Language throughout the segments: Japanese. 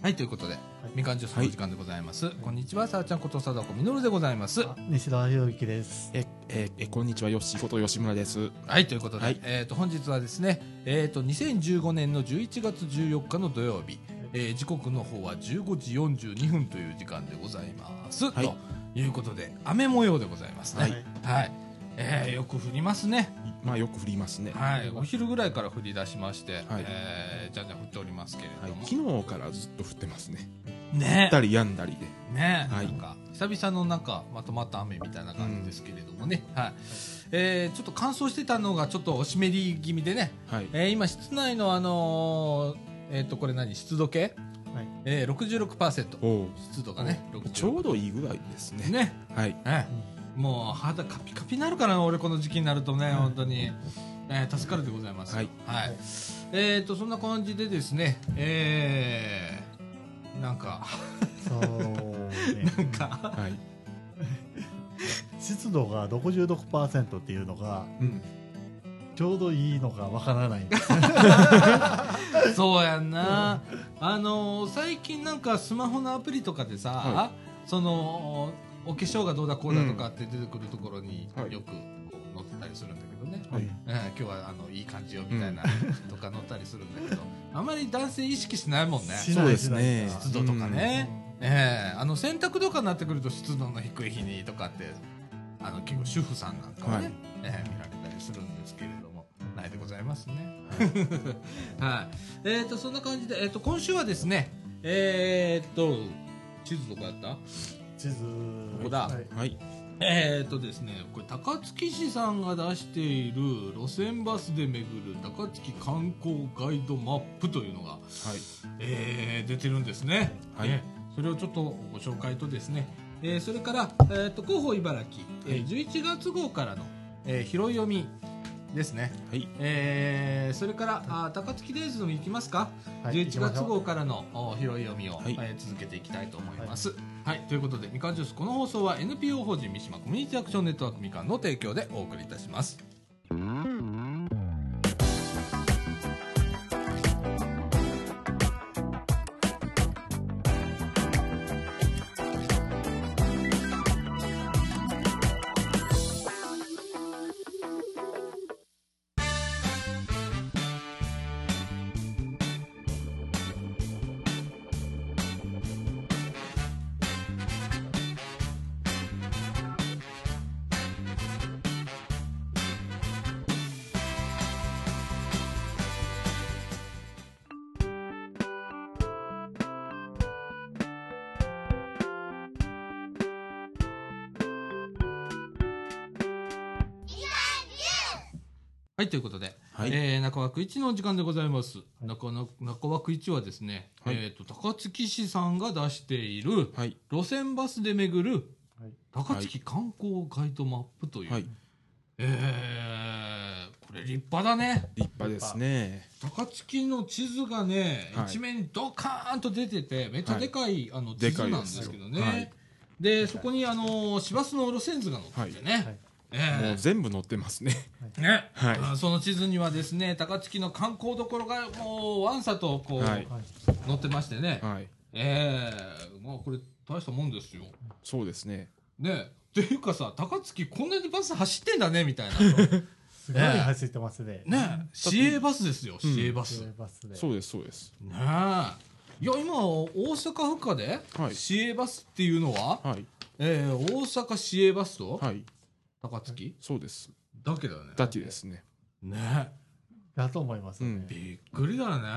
はい、ということで、みかんジュースの時間でございます。こんにちは、さあちゃんこと貞子みのるでございます。 西田裕之です。 こんにちは、よっしーこと吉村です。 はい、ということで、本日はですね、2015年の11月14日の土曜日、時刻の方は15時42分という時間でございます。ということで、雨模様でございますね。はい。よく降りますね。 まあよく降りますね。 はい、お昼ぐらいから降り出しまして、じゃんじゃん降っておりますけれども、 昨日からずっと降ってますね。 ね、 降ったりやんだりでね、なんか久々のなんかまとまった雨みたいな感じですけれどもね、はい、ちょっと乾燥してたのがちょっとお湿り気味でね、今室内のこれ何湿度計、66% 湿度がね、 ちょうどいいぐらいですね。 ね、 はい、 もう肌カピカピになるからな、俺この時期になるとね、本当に、助かるでございます。はい、そんな感じでですね、なんかそうね、 なんか、 湿度が66% っていうのが、ちょうどいいのかわからないんですそうやんな。最近なんかスマホのアプリとかでさ、そのお化粧がどうだこうだとかって出てくるところによくこう載ってたりするんだけどね、今日はいい感じよみたいなとか載ったりするんだけど、あまり男性意識しないもんね。 そうですね。 湿度とかね、洗濯とかになってくると湿度の低い日にとかって結構主婦さんなんかはね、見られたりするんですけれども、ないでございますね。はい。そんな感じで、今週はですね、地図どこやった？ 地図ここだ。 はい。 ですね、これ高槻市さんが出している路線バスで巡る高槻観光ガイドマップというのが、出てるんですね。それをちょっとご紹介とですね、それから、広報茨城、11月号からの、拾い読みですね。それから高槻デイズの行きますか。11月号からの拾い読みを、続けていきたいと思います。ということで、みかんジュース、この放送は NPO 法人三島コミュニティアクションネットワークみかんの提供でお送りいたします。はい、ということで、中枠1の時間でございます。中枠1はですね、高槻市さんが出している、路線バスで巡る、高槻観光ガイドマップという、これ立派だね。 立派ですね。 高槻の地図がね、一面にドカーンと出てて、めっちゃでかい、地図なんですけどね。で、そこに市バスの路線図が載っててね。 もう全部載ってますね。 その地図にはですね、高槻の観光どころがもうわんさとこう載ってましてね。まあこれ大したもんですよ。 そうですね。 ね、っていうかさ、高槻こんなにバス走ってんだねみたいな。 すごい走ってますね。 市営バスですよ、市営バス。 そうですそうです。 ねえ。いや今大阪府下で市営バスっていうのは、大阪市営バスと。高槻？そうです。だけだね。 だけですね。 ね。 だと思いますね。 びっくりだね。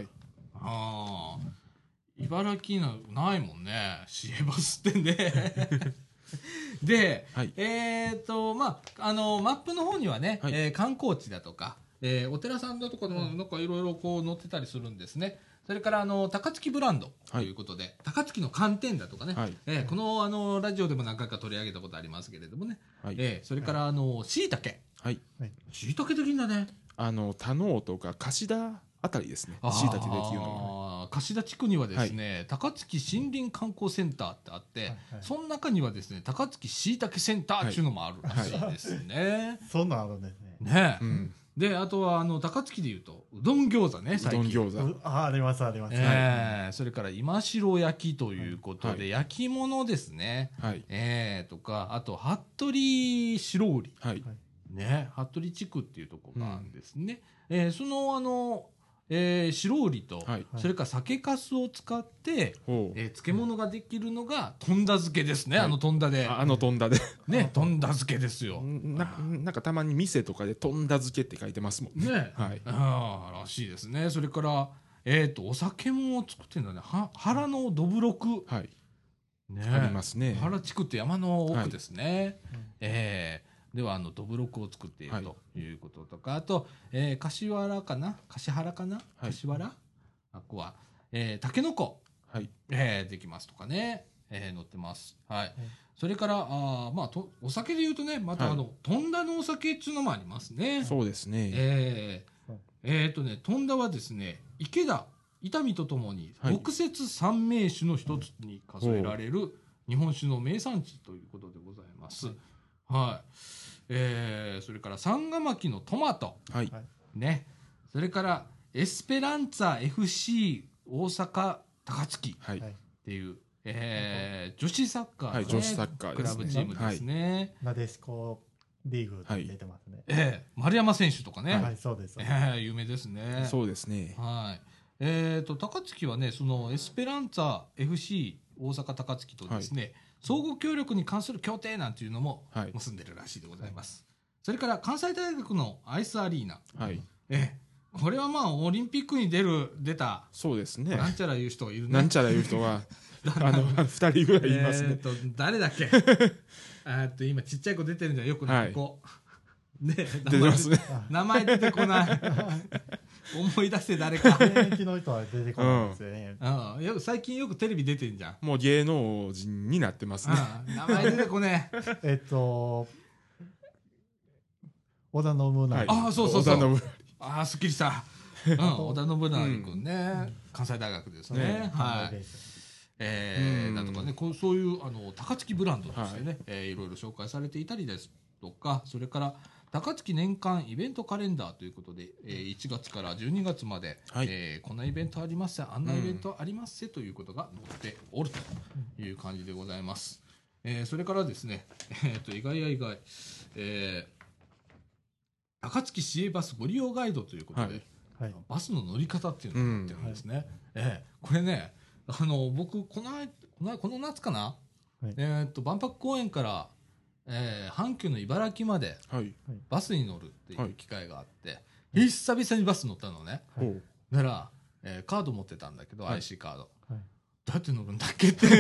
茨城ないもんね。市営バスってね。で、まあマップの方にはね、観光地だとか、お寺さんだとかのなんかいろいろこう載ってたりするんですね。それから高槻ブランドということで、高槻の寒天だとかね、このラジオでも何回か取り上げたことありますけれどもね、それからしいたけ、しいたけできるんだね。 田能とか貸田あたりですね。しいたけできるのが貸田地区にはですね、高槻森林観光センターってあって、その中にはですね、高槻しいたけセンターっていうのもあるらしいですね。 そんなんあるんですね。 ねであとは高槻でいうとうどん餃子ね、最近うどん餃子。 ありますあります、 それから今城焼きということで、焼き物ですね、 はい。 とかあと服部白売はい。 ね、服部地区っていうところがあるんですね、その白売りと、 はい。 それから酒粕を使って、 ほう。 漬物ができるのがとんだ漬けですね、 はいとんだでとんだで。 ね、とんだ漬けですよなんかたまに店とかでとんだ漬けって書いてますもんね。 ね、 はい。 らしいですね。それからお酒も作ってるんだね。原のどぶろく、 はい。 ね、 ありますね。 原地区って山の奥ですね。 はいではどぶろくを作っているはいということとか、あと、柏原かな、柏原かな、 はい柏原、あここは、たけのこ、 はい。 できますとかね、載ってます。はい。それからお酒で言うとね、またはいとんだのお酒っていうのもありますね。 そうですね。 とんだはですね、池田伊丹とともにはい北雪三名酒の一つに数えられる日本酒の名産地ということでございます。はい。それから三ヶ巻のトマト、 はい。 ね、それからエスペランツァ FC 大阪高槻はい。 っていう、女子サッカーの、ね、 はい女子サッカークですねラブチームですね。 なでしこリーグって出てますね、 丸山選手とかね、 はい、そうです、 有名ですね。 そうですね。 はい。高槻はね、そのエスペランツァ FC 大阪高槻とですね、相互協力に関する協定なんていうのもはい結んでるらしいでございます。それから関西大学のアイスアリーナ。 はい。 これはオリンピックに出た、 そうですね。 なんちゃらいう人がいるね。 なんちゃらいう人は、二人ぐらいいますね。 誰だっけ今ちっちゃい子出てるんじゃん、よくね、 はいここ。ね、 出てますね。 名前出てこない。思い出せ誰か。 現役の人は出てこないですよね、 最近よくテレビ出てんじゃん。 もう芸能人になってますね。 名前出てこねえ。 織田信長、 あそう織田信すっきりした。織田信長君ね、関西大学ですね。はい。だとかね、そういう高槻ブランドとしてね、いろいろ紹介されていたりですとか、それから高槻年間イベントカレンダーということで、1月から12月まで、こんなイベントありますせ、あんなイベントありますせということが載っておるという感じでございます。それからですね、意外や意外、高槻市営バスご利用ガイドということで、バスの乗り方っていうのをやってるんですね。これね、僕この夏かな、万博公園から、阪急の茨城までバスに乗るっていう機会があって、久々にバス乗ったのね。だから、カード持ってたんだけど、IC カード。どうやって乗るんだっけって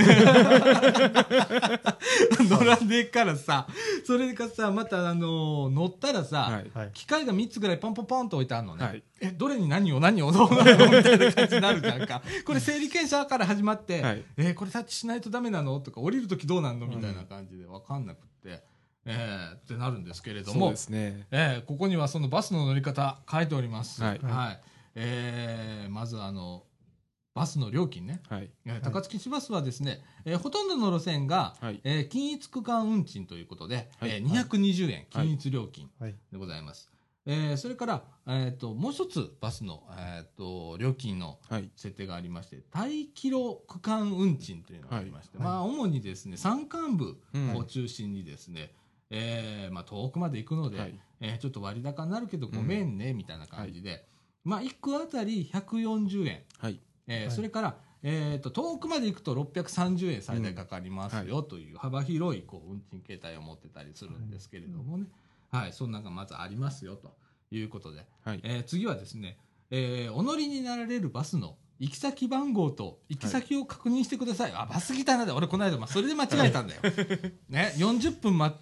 乗らねえからさ、それかさ、また乗ったらさ、機械が3つぐらいポンポンポンと置いてあるのね。どれに何をどうなのみたいな感じになるじゃんか。これ整理検査から始まって、これタッチしないとダメなのとか、降りるときどうなんのみたいな感じで分かんなくって、ってなるんですけれども、 そうですね。 ここにはそのバスの乗り方書いております。 はい。 まずバスの料金ね、高槻市バスはですね、ほとんどの路線が、均一区間運賃ということで、220円均一料金でございます。それから、もう一つバスの、料金の設定がありまして、対キロ区間運賃というのがありまして、主にですね、山間部を中心にですね、遠くまで行くので、ちょっと割高になるけどごめんねみたいな感じで、1区あたり140円。それから、遠くまで行くと630円最大かかりますよという幅広い運賃形態を持ってたりするんですけれどもね、そんなのがまずありますよということで、次はですね、お乗りになられるバスの行き先番号と行き先を確認してください。バス来たなで、俺この間それで間違えたんだよ。ね、40分待って、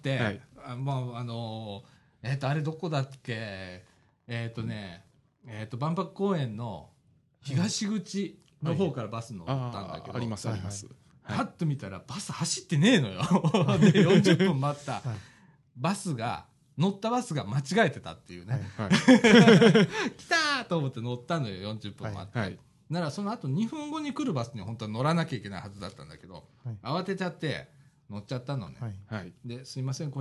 あれどこだっけ、万博公園の東口の方からバス乗ったんだけど、 ありますあります。 パッと見たらバス走ってねえのよ。で40分待ったバスが乗ったバスが間違えてたっていうね。来たーと思って乗ったのよ、40分待って。ならその後2分後に来るバスに本当は乗らなきゃいけないはずだったんだけど、慌てちゃって乗っちゃったのね。で、すいません、これ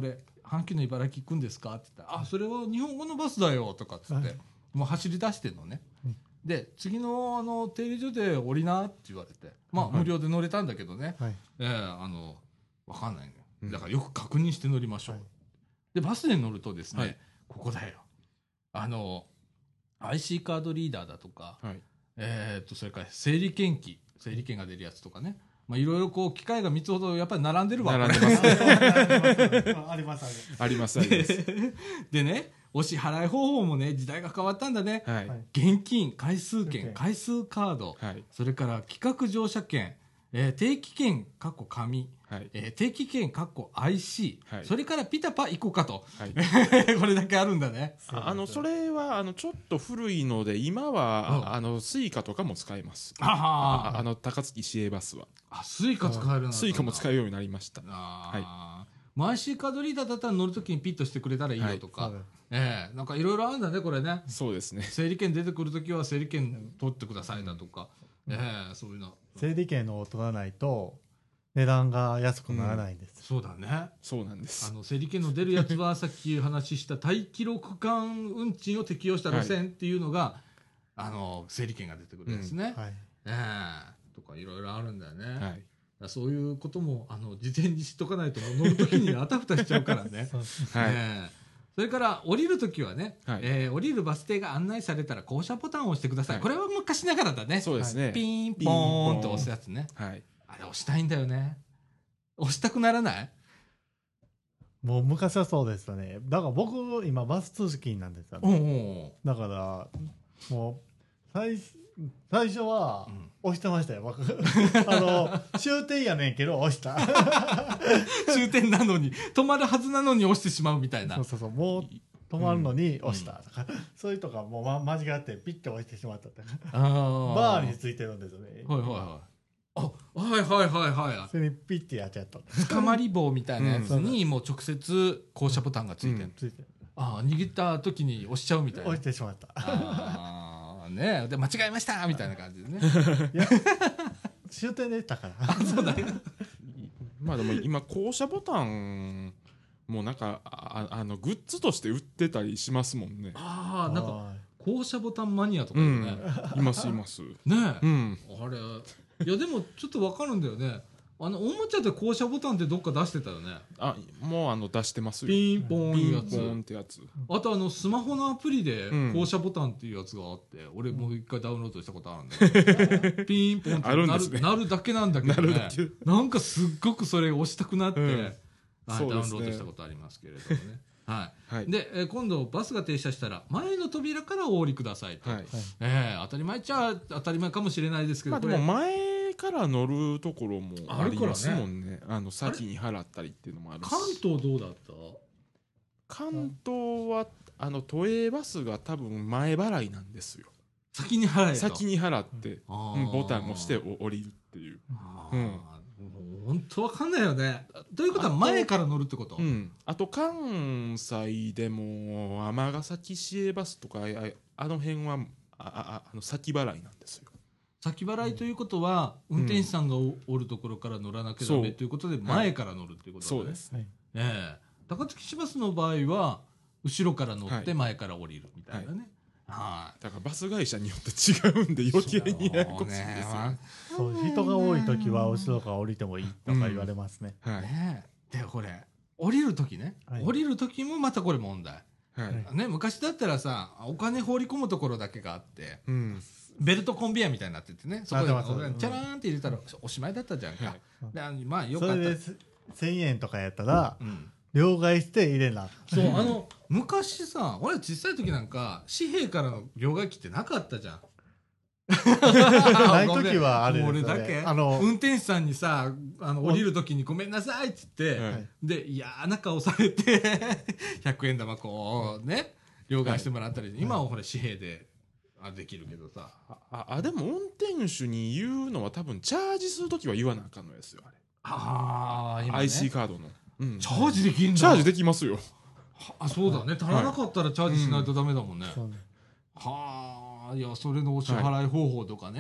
阪急の茨城行くんですかって言ったら、あ、それは日本語のバスだよとかっつって、 はいもう走り出してんのね。で、次の停留所で降りなって言われて、まあ、無料で乗れたんだけどね、 はいわかんないのよ。だからよく確認して乗りましょう。 はいで、バスで乗るとですね、 はいここだよ。IC カードリーダーだとか、 はいそれから整理券が出るやつとかね、まあ、いろいろこう機械が3つほどやっぱり並んでるわ並んでますねありますありますありますでね、お支払い方法もね、時代が変わったんだね。 はい現金、回数券、 はい回数カード、 はいそれから企画乗車券、定期券、紙、 はい定期券、IC、 はいそれからピタパ行こうかと。 はいこれだけあるんだね。 それはちょっと古いので今はスイカとかも使えます高槻市営バスはスイカ使えるようになったんだ。 スイカも使えるようになりましたもう IC カードリーダーだったら乗るときにピッとしてくれたらいいよとか、 そうですなんかいろいろあるんだね、これね。 そうですね整理券出てくるときは整理券取ってくださいだとか、そういうの。 整理券を取らないと値段が安くならないんです、 そうだね。 そうなんです整理券の出るやつはさっき話した待機録間運賃を適用した路線っていうのが、整理券が出てくるんですね。 はいとかいろいろあるんだよね。 はいだからそういうことも事前に知っとかないともう乗るときにあたふたしちゃうからね。 そうはいそれから降りるときはね、 はい降りるバス停が案内されたら降車ボタンを押してください。 はいこれは昔ながらだね。 そうですねピーンポーンと押すやつね。 はいあれ押したいんだよね。押したくならない？ もう昔はそうでしたね。だから僕今バス通勤なんですよね、 おだからもう最初は押してましたよ、僕終点やねんけど押した終点なのに止まるはずなのに押してしまうみたいな。 そうもう止まるのに押したとか、そういうとかもう間違ってピッて押してしまったとかバーについてるんですよね。 はいはいはい。あ、はいはいはいはい。 それにピッてやっちゃった。 捕まり棒みたいなやつにもう直接降車ボタンがついてる。 ついてる。 握った時に押しちゃうみたいな。 押してしまった。 ね、で間違えましたみたいな感じでね。 いや終点でしたから。 そうだよ。 まあでも今降車ボタンもなんかグッズとして売ってたりしますもんね。 なんか降車ボタンマニアとかね。 いますいます。 ねうん。 あれいやでもちょっとわかるんだよね。おもちゃで降車ボタンってどっか出してたよね。 もう出してますよ。 ピンポーンピやつ。 ンポーンってやつ。 あとスマホのアプリで降車ボタンっていうやつがあって、俺もう一回ダウンロードしたことあるんだけど、ピンポンってあるんですねなるだけなんだけどね。 なるだけなんかすっごくそれ押したくなって、ダウンロそうですねードしたことありますけれどもね。 はい。 で、今度バスが停車したら前の扉からお降りくださいと。 はい。 当たり前っちゃ当たり前かもしれないですけど、 まあでも前から乗るところもありますもんね。先に払ったりっていうのもあるし。 関東どうだった？ 関東は都営バスが多分前払いなんですよ。 先に払えと。 先に払ってボタンを押して降りるっていう。 本当わかんないよね。ということは前から乗るってこと？ あと関西でも尼崎市営バスとかあの辺は先払いなんですよ。 先払いということは、運転手さんがおるところから乗らなきゃダメということで前から乗るっていうことだね。 そうです。 高槻市バスの場合は後ろから乗って前から降りるみたいなね。 だからバス会社によって違うんで余計にややこしいですよ。 そう人が多い時は後ろから降りてもいいとか言われますね。 でこれ降りる時ね、降りる時もまたこれ問題。ね、昔だったらさお金放り込むところだけがあって、ベルトコンベヤーみたいになっててね、そこでチャラーンって入れたらおしまいだったじゃんか。まあよかった。 それで1000円とかやったら両替して入れな。 そう昔さ、俺小さい時なんか紙幣からの両替機ってなかったじゃん。 ない時はあれですよね。 俺だけ運転手さんにさ降りる時にごめんなさいっつって、で嫌な顔されて100円玉こうね両替してもらったり、今はほら紙幣でできるけどさ。 でも運転手に言うのは多分チャージする時は言わなあかんのですよ。あれ今ね IC カードのチャージできるんだ。 チャージできますよ。 そうだね。足らなかったらチャージしないとダメだもんね。いやそれのお支払い方法とかね、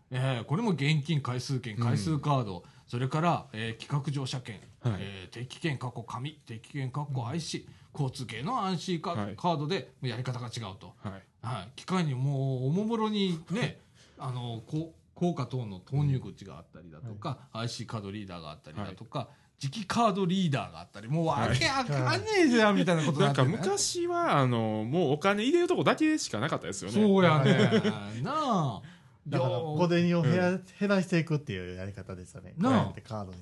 これも現金回数券回数カード、それから、企画乗車券、定期券過去紙定期券過去 IC、交通系の IC カードでやり方が違うと、機械にもうおもむろにね硬貨等の投入口があったりだとか、IC カードリーダーがあったりだとか、磁気カードリーダーがあったり、もうわけあかんねえじゃんみたいなことになってね。 なんか昔はもうお金入れるとこだけしかなかったですよね。 そうやねなあ、 だから小銭を減らしていくっていうやり方ですよね。こうやってカードにして、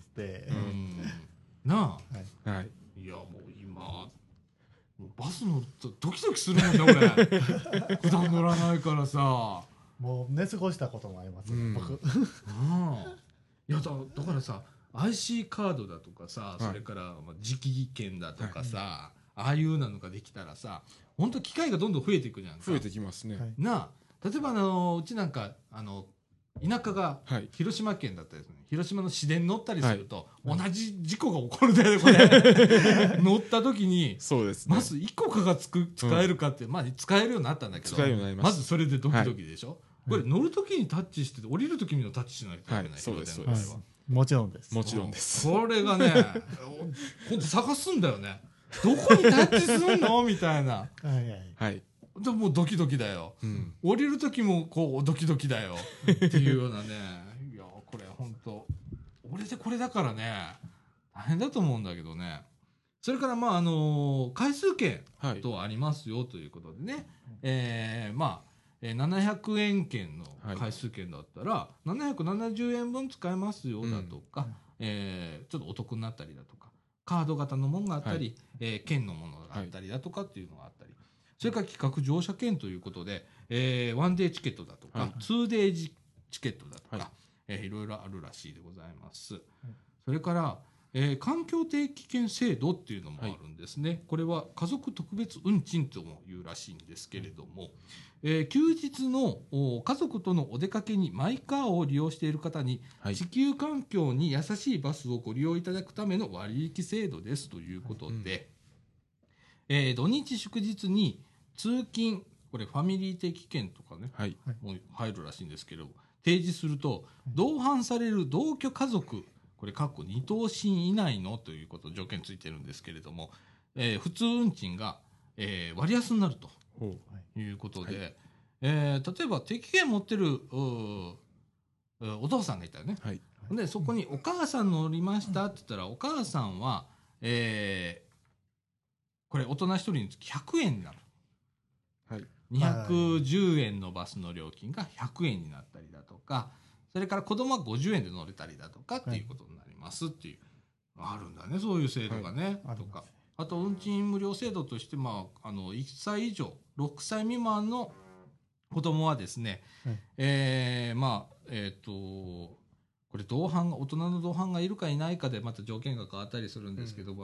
なあ、 はい、 いやもう今バス乗るとドキドキするもんね俺普段乗らないからさ、 もう寝過ごしたこともありますね、僕。 いやだからさ、IC カードだとかさ、それから磁気券だとかさ、ああいうのができたらさ、本当機会がどんどん増えていくじゃんか。 増えてきますね。 なあ、例えばうちなんか田舎が広島県だったりする、広島の市電乗ったりすると、同じ事故が起こるんだよねこれ乗った時に、 そうですね、 まず1個かが使えるかって、まあ使えるようになったんだけど、まずそれでドキドキでしょ、これ乗る時にタッチして降りる時にもタッチしないといけない、 そうですそうです、 もちろんです。 もちろんです。 これがね今度探すんだよね、どこにタッチすんのみたいな。 はい。 でもうドキドキだよ、降りる時もこうドキドキだよっていうようなねいやこれ本当俺でこれだからね大変だと思うんだけどね。それから回数券とありますよということでね、700円券の回数券だったら770円分使えますよだとか、ちょっとお得になったりだとか、カード型のものがあったり、券のものがあったりだとかっていうのがあったり、それから企画乗車券ということで、ワンデーチケットだとか、ツーデーチケットだとか、いろいろあるらしいでございます。それから、環境定期券制度っていうのもあるんですね。これは家族特別運賃ともいうらしいんですけれども、休日の家族とのお出かけにマイカーを利用している方に、地球環境に優しいバスをご利用いただくための割引制度ですということで、土日祝日に通勤、これファミリー定期券とかね、もう入るらしいんですけど、提示すると同伴される同居家族、これ2等身以内のということ条件ついてるんですけれども、普通運賃が、割安になるということで、例えば定期券持ってるお父さんがいたよね、でそこにお母さん乗りましたって言ったら、お母さんは、これ大人1人につき100円になる、210円のバスの料金が100円になったりだとか、それから子供は50円で乗れたりだとかっていうことになりますっていう、あるんだね、そういう制度がね、とか、あと運賃無料制度として、1歳以上6歳未満の子供はですね、これ大人の同伴がいるかいないかでまた条件が変わったりするんですけど、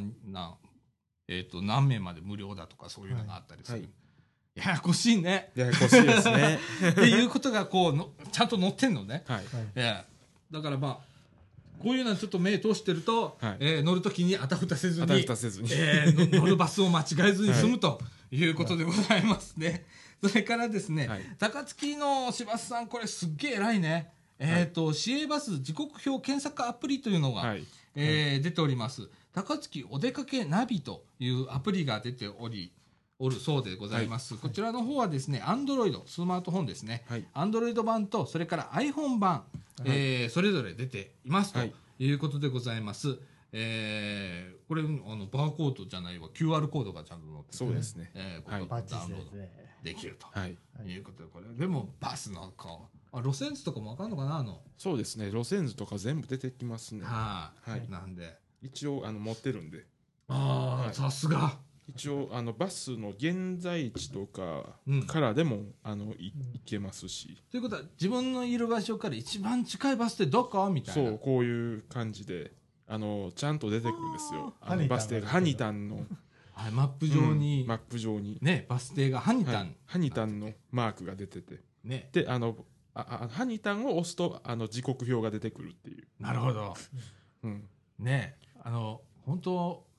何名まで無料だとかそういうのがあったりする、ややこしいね。 ややこしいですね。 っていうことがちゃんと載ってんのね。だからこういうのはちょっと目通してると、乗るときにあたふたせずに乗るバスを間違えずに済むということでございますね。それからですね、高槻の柴田さん、これすっげえ偉いね。市営バス時刻表検索アプリというのが、出ております。高槻お出かけナビというアプリが出ておるそうでございます。こちらの方はですね、Android、スマートフォンですね、Android 版とそれから iPhone 版、それぞれ出ていますということでございます。これバーコードじゃないわ、QR コードがちゃんと載ってて、 そうですね、 ダウンロードできるということで、これでもバスの路線図とかも分かるのかな、 そうですね、路線図とか全部出てきますね。 なんで一応持ってるんで、 さすが。 一応バスの現在地とかからでも、行けますし。 ということは自分のいる場所から一番近いバス停どこみたいな。 そう、こういう感じでちゃんと出てくるんですよ。バス停がハニタンのマップ上に、 ね、 バス停がハニタンのマークが出てて、 ね、 でハニタンを押すと時刻表が出てくるっていう。 なるほど。ね、本当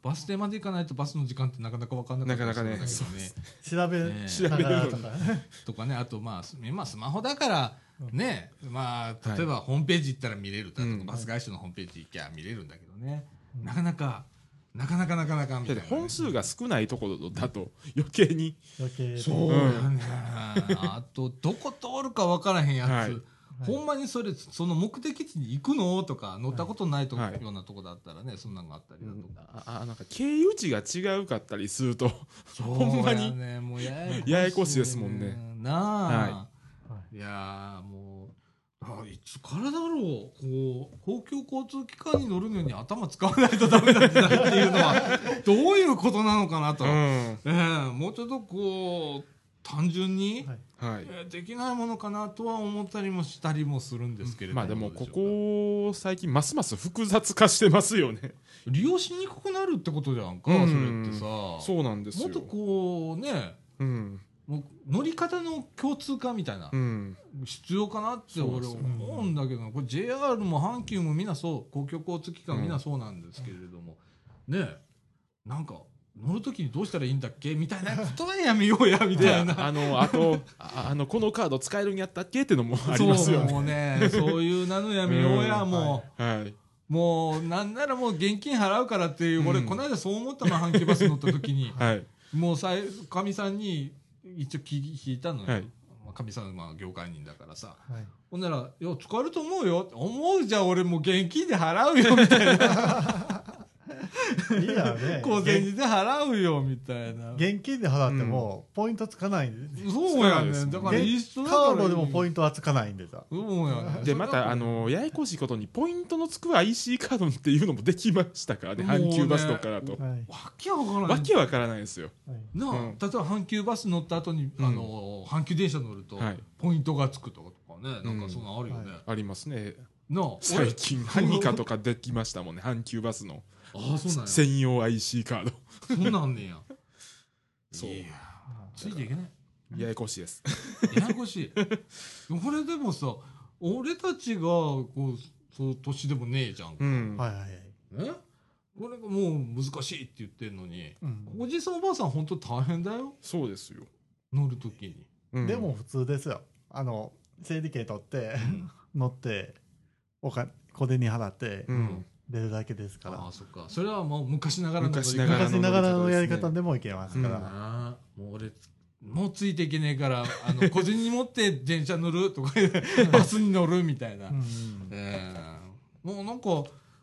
バス停まで行かないとバスの時間ってなかなか分かんなかったりするんだけどね。 調べながらとかとかね、あと今スマホだからね、例えばホームページ行ったら見れるだとか、バス会社のホームページ行きゃ見れるんだけどね、なかなかみたいな。 本数が少ないところだと余計そうやね。あとどこ通るか分からへんやつ、 はいほんまにその目的地に行くのとか乗ったことないようなとこだったらね、そんなんがあったりだとか、 なんか経由地が違うかったりするとほんまにもうややこしいですもんね。 なあ、いやもういつからだろう、公共交通機関に乗るのに頭使わないとダメなんじゃないっていうのはどういうことなのかなと、もうちょっと単純に、できないものかなとは思ったりもしたりもするんですけれども、 でもここ最近ますます複雑化してますよね。 利用しにくくなるってことじゃんか、それってさ。 そうなんですよ。 もっとね、もう乗り方の共通化みたいな、必要かなって俺思うんだけど、これ JR も阪急もみんなそう、公共交通機関みんなそうなんですけれども、ね、なんか乗るときにどうしたらいいんだっけみたいなことはやめようやみたいな。 あとこのカード使えるんやったっけってのもありますよね。 そうね、そういうなのやめようや、もう。 はい。 もうなんならもう現金払うからっていう、俺この間そう思ったの、阪急バス乗った時に、もうかみさんに一応聞いたのよ。かみさんは業界人だからさ、ほんなら「いや使えると思うよ」思うじゃん、俺もう現金で払うよみたいないやね、小銭で払うよみたいな。 現金で払ってもポイントつかないんで、 そうやね。だから一緒だからカードでもポイントはつかないんでさ。 そうやね。 でまたややこしいことにポイントのつく IC カードっていうのもできましたからね、阪急バスとかだと。 わけわからない。 わけわからないですよ。 なあ、例えば阪急バス乗った後に阪急電車乗るとポイントがつくとかね、なんかそんなあるよね。 ありますね。 な最近ハニカとかできましたもんね、阪急バスの。専用 IC カード。 そうなんねや。 そう。 ついていけない。 ややこしいです。 ややこしい。これでもさ、俺たちがそう年でもねえじゃんか。これがもう難しいって言ってんのに、おじさんおばあさん本当大変だよ。 そうですよ。 乗るときに。でも普通ですよ。整理券取って乗って小銭払って出るだけですから。 ああ、そっか。それはもう昔ながらのやり方でもいけますから。 もう俺もうついていけねえから小銭持って電車乗るとかバスに乗るみたいな。もうなんか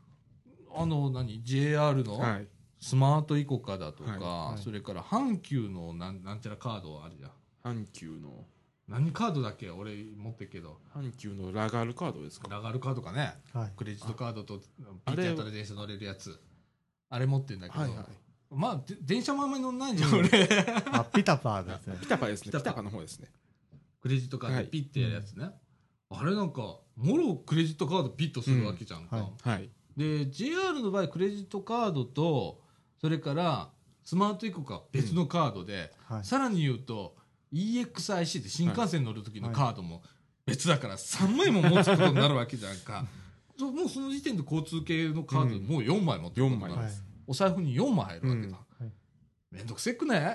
JR のスマートイコカだとか、それから阪急のなんちゃらカードあるじゃん。 阪急の何カードだっけ、俺持ってるけど。 阪急のラガールカードですか。 ラガールカードかね。クレジットカードとピッてやったら電車乗れるやつ、あれ持ってるんだけど、まあ電車もあんまり乗んないんじゃん俺。 ピタパですね。 ピタパですね。ピタパの方ですね。 クレジットカードピッてやるやつね。あれなんかもろクレジットカードピッとするわけじゃんか。で JR の場合クレジットカードとそれからスマートイコカ別のカードで、さらに言うとEXIC って新幹線乗る時のカードも別だから3枚も持つことになるわけじゃんか。もうその時点で交通系のカードもう4枚持ってることになる。お財布に4枚入るわけだ。めんどくせくね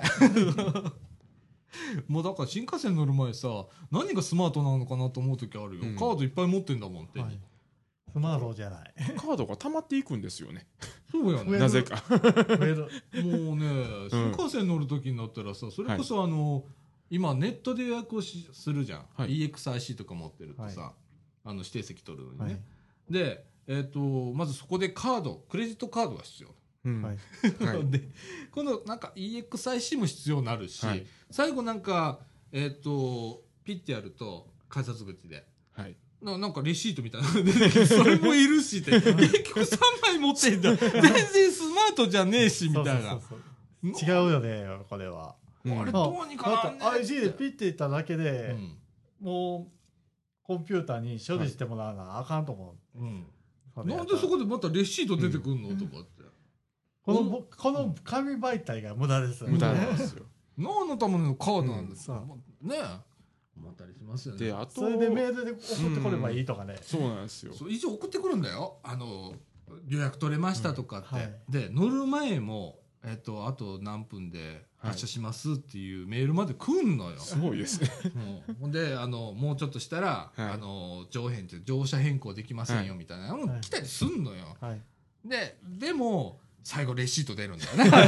もうだから新幹線乗る前さ、何がスマートなのかなと思う時あるよ。カードいっぱい持ってんだもん手に。 スマートじゃない。 カードが溜まっていくんですよね。 そうやね。 なぜか。 もうね、新幹線乗る時になったらさ、それこそ今ネットで予約をするじゃん。EXIC とか持ってるとさ、指定席取るのにね。で、まずそこでカード、クレジットカードが必要。で、今度なんか EXIC も必要になるし、最後なんかピッてやると改札口で。なんかレシートみたいなの出てきて、それもいるしって結局3枚持ってんだ、全然スマートじゃねえしみたいな。 違うよねこれは。 あれどうにかなんねだって IC でピッていっただけで、もうコンピューターに処理してもらわなあかんと思う。なんでそこでまたレシート出てくんのとかって。 この紙媒体が無駄です。 無駄なんですよ。 何のためのカードなんですかね。思ったりしますよね。 であとそれでメールで送ってこればいいとかね。 そうなんですよ。 一応送ってくるんだよ。 予約取れましたとかって、 はい、 で乗る前も、あと何分で発車しますっていうメールまで来んのよ。 すごいですね。 ほんでもうちょっとしたら、 はい、 乗車変更できませんよみたいな、もう来たりすんのよ。 はい、 でも最後レシート出るんだよね。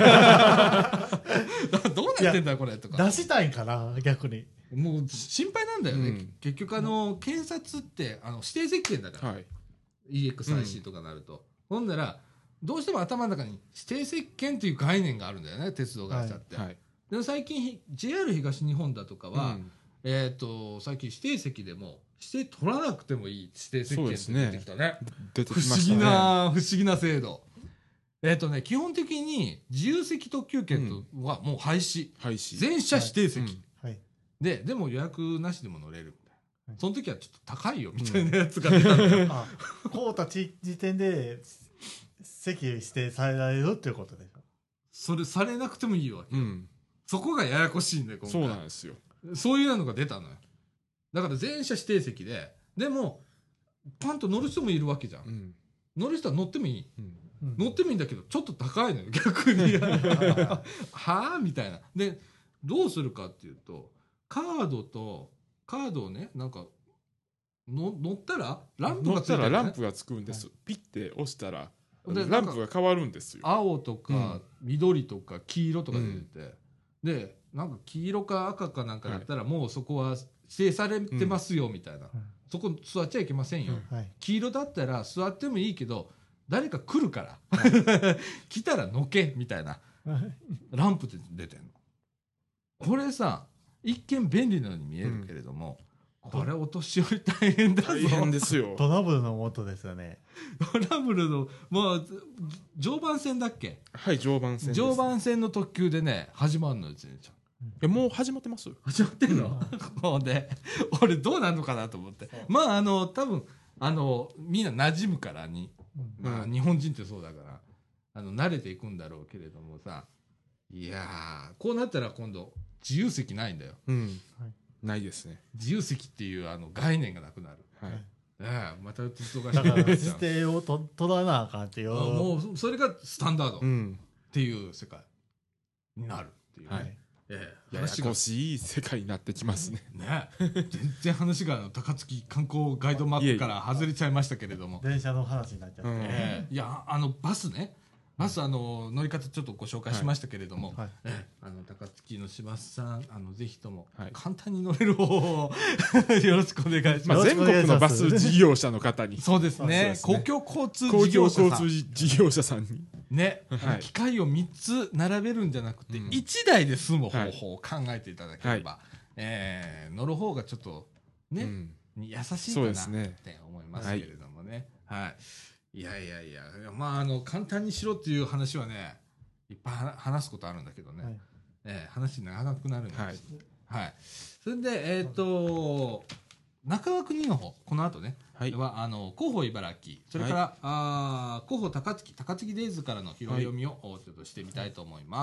どうなってんだこれとか。 出したいんかな逆に。 もう心配なんだよね、結局検察って指定席券だから、はい、EXIC とかなると、ほんならどうしても頭の中に指定席券という概念があるんだよね、鉄道会社って、はいはい、で最近 JR 東日本だとかは、最近指定席でも指定取らなくてもいい指定席券って出てきたね。 出てきましたね。 不思議な制度。基本的に自由席特急券はもう廃止、全車指定席、でも予約なしでも乗れるみたいな、その時はちょっと高いよみたいなやつが出たのよ。 こうた時点で席指定されられるっていうことでしょ。 それされなくてもいいわけよ、そこがややこしいんだよ今回。 そうなんですよ。 そういうのが出たのよ。だから全車指定席でもパンと乗る人もいるわけじゃん、乗る人は乗ってもいい、乗ってもいいんだけどちょっと高いのよ逆に。はあみたいな。でどうするかっていうと、カードをね、なんか乗ったらランプがついてる、ね、 ランプがつくんです、ピッて押したらランプが変わるんですよ。 青とか緑とか黄色とか出てて、でなんか黄色か赤かなんかだったらもうそこは指定されてますよみたいな、そこ座っちゃいけませんよ、黄色だったら座ってもいいけど誰か来るから来たらのけみたいなランプで出てんの。これさ一見便利なように見えるけれども、これお年寄り大変だぞ。 大変ですよ。 トラブルのもとですよね。 トラブルの常磐線だっけ。 はい、常磐線です。 常磐線の特急でね始まるのよ。 もう始まってます。 始まってんの。もうね、俺どうなるのかなと思って。まあ多分みんな馴染むからに、日本人ってそうだから慣れていくんだろうけれどもさ、いやーこうなったら今度自由席ないんだよ、 ないですね。 自由席っていう概念がなくなる、また鉄道がだから指定を取らなあかんっていう、 もうそれがスタンダードっていう世界になるっていうね、 ややこしい世界になってきますね。 全然話が高槻観光ガイドマップから外れちゃいましたけれども、 電車の話になっちゃって、 いやバス乗り方ちょっとご紹介しましたけれども、高槻の柴さんぜひとも簡単に乗れる方をよろしくお願いします。 全国のバス事業者の方に。 そうですね、公共交通事業者さんにね、機械を3つ並べるんじゃなくて1台で済む方法を考えていただければ、乗る方がちょっとね、優しいかなって思いますけれどもね。いや簡単にしろっていう話はねいっぱい話すことあるんだけどね、話長くなるんです、それで中川国の方この後ね、は広報茨城、それから、広報高槻デイズからの拾い読みをちょっとしてみたいと思います。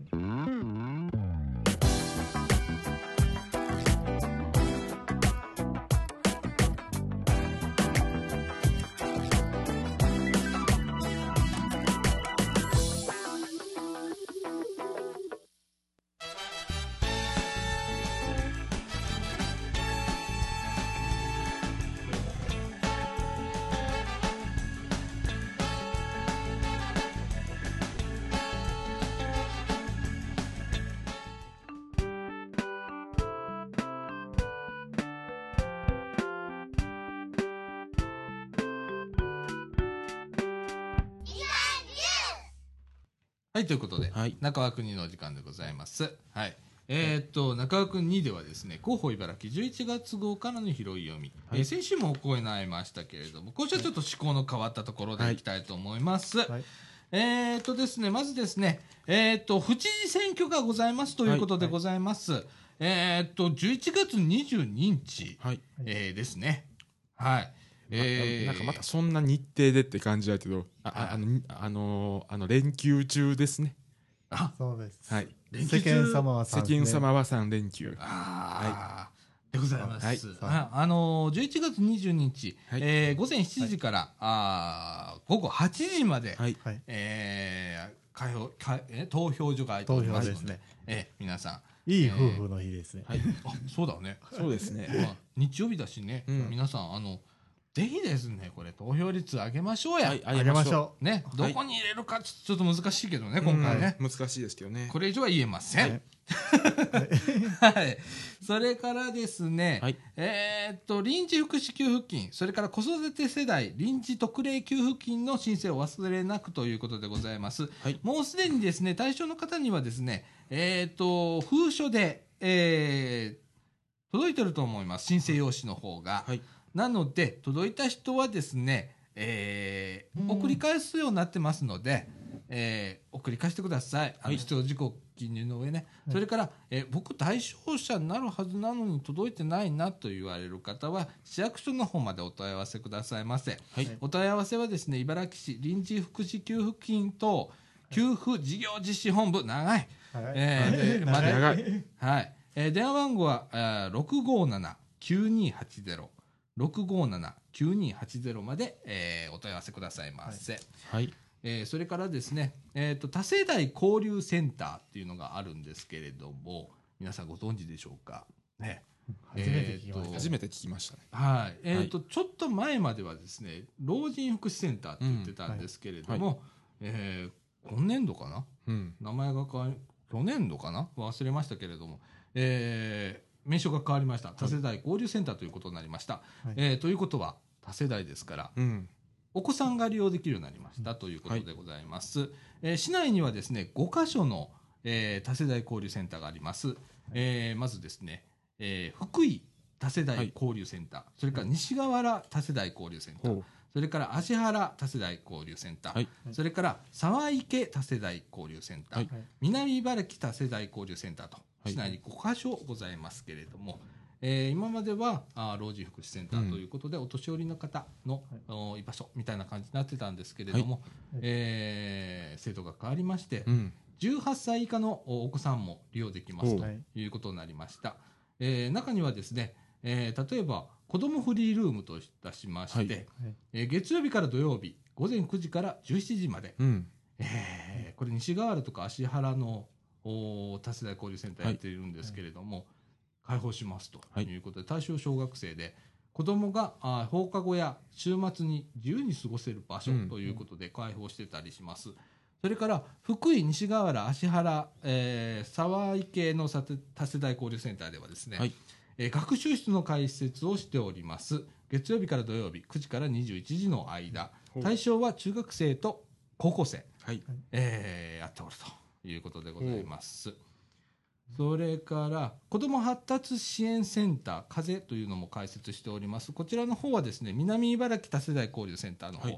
はい、ということで、中川国の時間でございます。中川国ではですね、広報茨城11月号からの拾い読み、先週も行いましたけれども、今週はちょっと趣向の変わったところでいきたいと思います。ですね、まずですね、府知事選挙がございますということでございます。11月22日、ですね。 なんかまたそんな日程でって感じだけど、連休中ですね。 そうです。 はい。 世間様は 3連休。 でございます。 はい 11月22日、 はい午前7時から、午後8時まで、 はいはい。 投票所が開いておりますので、 投票ですね皆さいい夫婦の日ですね。 はいそうだね。 そうですね日曜日だしね、 うん皆さんぜひですねこれ投票率上げましょうや。 はいあげましょね、どこに入れるかちょっと難しいけどね、今回ね、 難しいですけどね。 これ以上は言えません。 はいはい、それからですね、 はい臨時福祉給付金、それから子育て世代臨時特例給付金の申請を忘れなくということでございます。 はいもうすでにですね対象の方にはですね、封書で、届いてると思います、申請用紙の方が。 はいなので届いた人はですね、送り返すようになってますので、送り返してください。 はい必要事項記入の上ね、 はいそれから、僕対象者になるはずなのに届いてないなと言われる方は市役所の方までお問い合わせくださいませ。 はいお問い合わせはですね茨城市臨時福祉給付金等給付事業実施本部長い、 う。はいでまで長いはい電話番号は657-9280 657-9280まで、お問い合わせくださいませ。 はいそれからですね、多世代交流センターっていうのがあるんですけれども、皆さんご存知でしょうかね。 初めて聞きました。 初めて聞きましたね。 はいはいちょっと前まではですね老人福祉センターって言ってたんですけれども、今年度かな、 うん名前が変わり去年度かな忘れましたけれども、名称が変わりました。多世代交流センターということになりました。 はいということは多世代ですからうんお子さんが利用できるようになりましたということでございます。市内にはですね5カ所の、多世代交流センターがあります。まずですね、福井多世代交流センター、それから西河原多世代交流センター、 ほうそれから芦原多世代交流センター、 はいそれから沢池多世代交流センター、 はい南茨城多世代交流センターとはい市内に5カ所ございますけれども、今までは老人福祉センターということで、お年寄りの方の、居場所みたいな感じになってたんですけれども、制度が変わりまして、 うん 18歳以下のお子さんも利用できますとはいいうことになりました。中にはですね、例えば子どもフリールームといたしまして、月曜日から土曜日午前9時から17時まで、 うんこれ西河原とか芦原の多世代交流センターやっているんですけれども、開放しますということで、対象小学生で子どもが放課後や週末に自由に過ごせる場所ということで開放してたりします。それから福井西河原芦原、沢池の多世代交流センターではですね、 はい学習室の開設をしております。月曜日から土曜日9時から21時の間、 ほう対象は中学生と高校生、 はいやっておるということでございます。それから子ども発達支援センター風というのも開設しております。こちらの方はですね南茨城多世代交流センターの方、 はい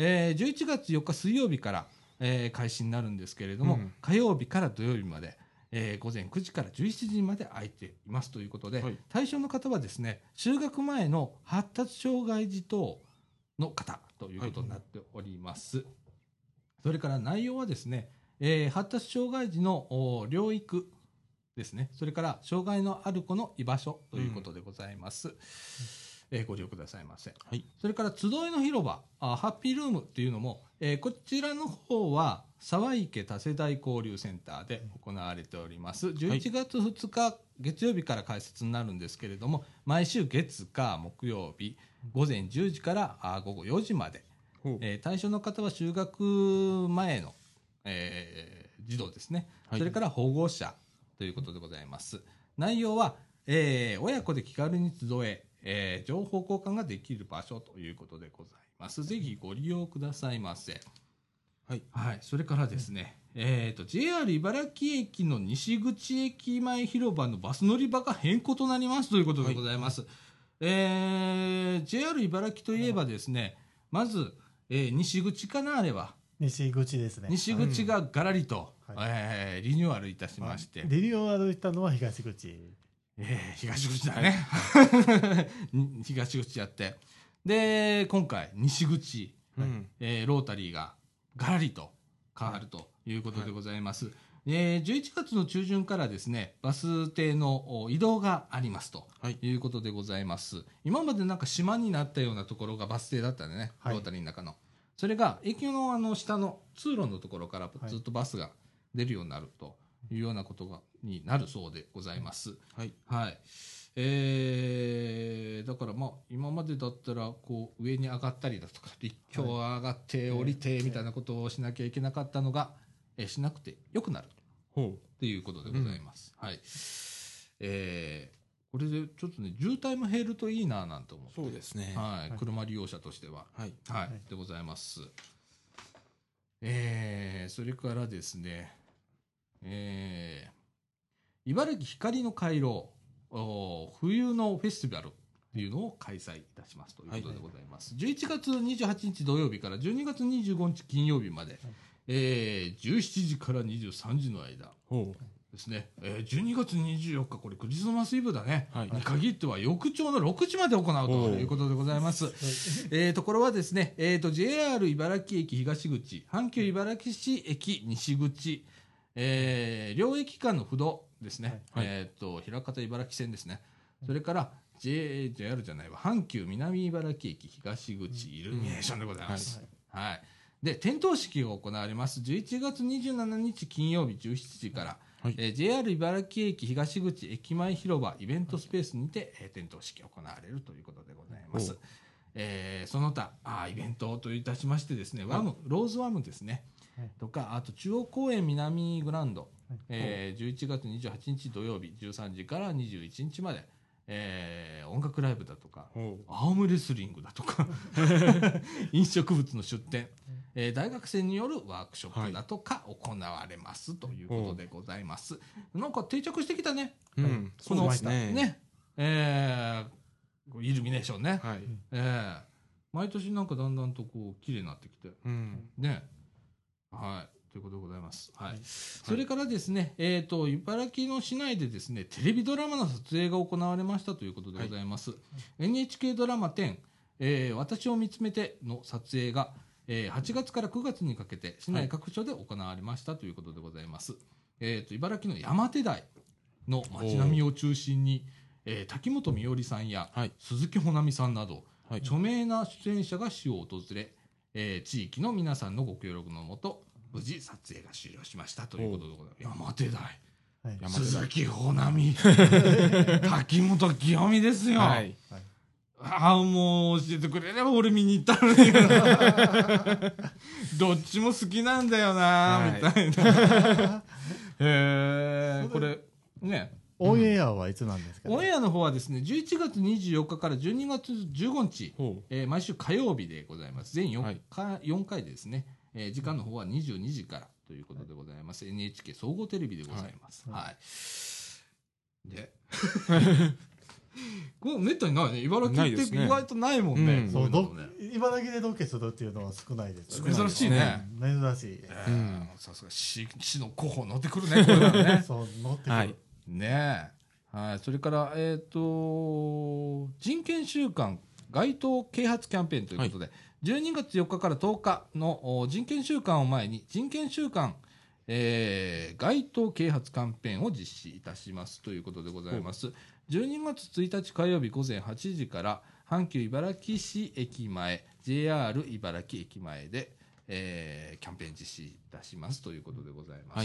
11月4日水曜日から、開始になるんですけれども、 うん火曜日から土曜日まで、午前9時から11時まで空いていますということで、 はい対象の方はですね就学前の発達障害児等の方ということになっております。それから内容はですね、発達障害児の療育ですね、それから障害のある子の居場所ということでございます。ご利用くださいませ。 はいそれから集いの広場ハッピールームっていうのも、こちらの方は沢池多世代交流センターで行われております。11月2日月曜日から開設になるんですけれども、毎週月火木曜日午前10時から午後4時まで、 ほう対象の方は就学前の、児童ですね、 はいそれから保護者ということでございます。内容は、親子で気軽に集え、情報交換ができる場所ということでございます。ぜひご利用くださいませ。 はいそれからですね、JR 茨城駅の西口駅前広場のバス乗り場が変更となりますということでございます。JR 茨城といえばですね、まず、西口かな、あれは西口ですね。 西口がガラリと、 はリニューアルいたしまして、 リニューアルしたのは東口。 東口だね、東口やって、で今回西口、 うんロータリーがガラリと変わるということでございます。 11月の中旬からですねバス停の移動がありますとはいいうことでございます。今までなんか島になったようなところがバス停だったんでね、 はいロータリーの中のそれが駅の下の通路のところからずっとバスが出るようになるというようなことになるそうでございます。 はいはい。だからまあ今までだったらこう上に上がったりだとか立橋上がって降りてみたいなことをしなきゃいけなかったのが、しなくてよくなるほということでございます。はい。これでちょっとね渋滞も減るといいななんて思って。 そうですねはい。 はい車利用者としては。 はいはい。でございます。それからですね、茨城光の回廊冬のフェスティバルっていうのを開催いたしますということでございます。11月28日土曜日から12月25日金曜日まで、17時から23時の間ほですね、12月24日これクリスマスイブだね、 はいに限っては翌朝の6時まで行うということでございます。ところはですね、JR 茨城駅東口、阪急茨城市駅西口、両駅間の不動ですね、 はい枚方茨城線ですね、それから JR じゃないわ阪急南茨城駅東口イルミネーションでございます。はいで点灯式が行われます11月27日金曜日17時からはい JR 茨城駅東口駅前広場イベントスペースにて、点灯式が行われるということでございます。その他イベントといたしましてですね、ワムローズワムですね、とかあと中央公園南グランド、11月28日土曜日13時から21日まで、音楽ライブだとかうほアームレスリングだとか飲食物の出店、大学生によるワークショップだとか行われますということでございます。なんか定着してきたね、 ううんこのそうですねね、イルミネーションね、 はい毎年なんかだんだんとこう綺麗になってきてうんね、はいということでございます。はい。それからですね、茨城の市内でですねテレビドラマの撮影が行われましたということでございます。NHK ドラマ10、私を見つめての撮影が、8月から9月にかけて市内各所で行われましたということでございます。茨城の山手台の街並みを中心に、滝本美織さんや、 はい鈴木保奈美さんなど、 はい著名な出演者が市を訪れ、地域の皆さんのご協力のもと無事撮影が終了しましたということでございます。山手台、 はい山手鈴木保奈美滝本清美ですよ、 はいもう教えてくれれば俺見に行ったのにどっちも好きなんだよな、 はいみたいなこれねオンエアはいつなんですか、 オンエアの方はですね11月24日から12月15日、 ほ毎週火曜日でございます。全4 はい回、4回ですね、時間の方は22時からということでございます。NHK 総合テレビでございます。はい。で、これめったにないね。茨城って意外とないもんね。 うんそういうのもね茨城でロケするっていうのは少ないですよね。 珍しいね。 珍しい。 さすが市の候補乗ってくるね、これはね。 そう乗ってくる。 はいねえ。はい。それから、人権週間街頭啓発キャンペーンということで、12月4日から10日の人権週間を前に人権週間、街頭啓発キャンペーンを実施いたしますということでございます。12月1日火曜日午前8時から阪急茨城市駅前 JR 茨城駅前で、キャンペーン実施いたしますということでございます。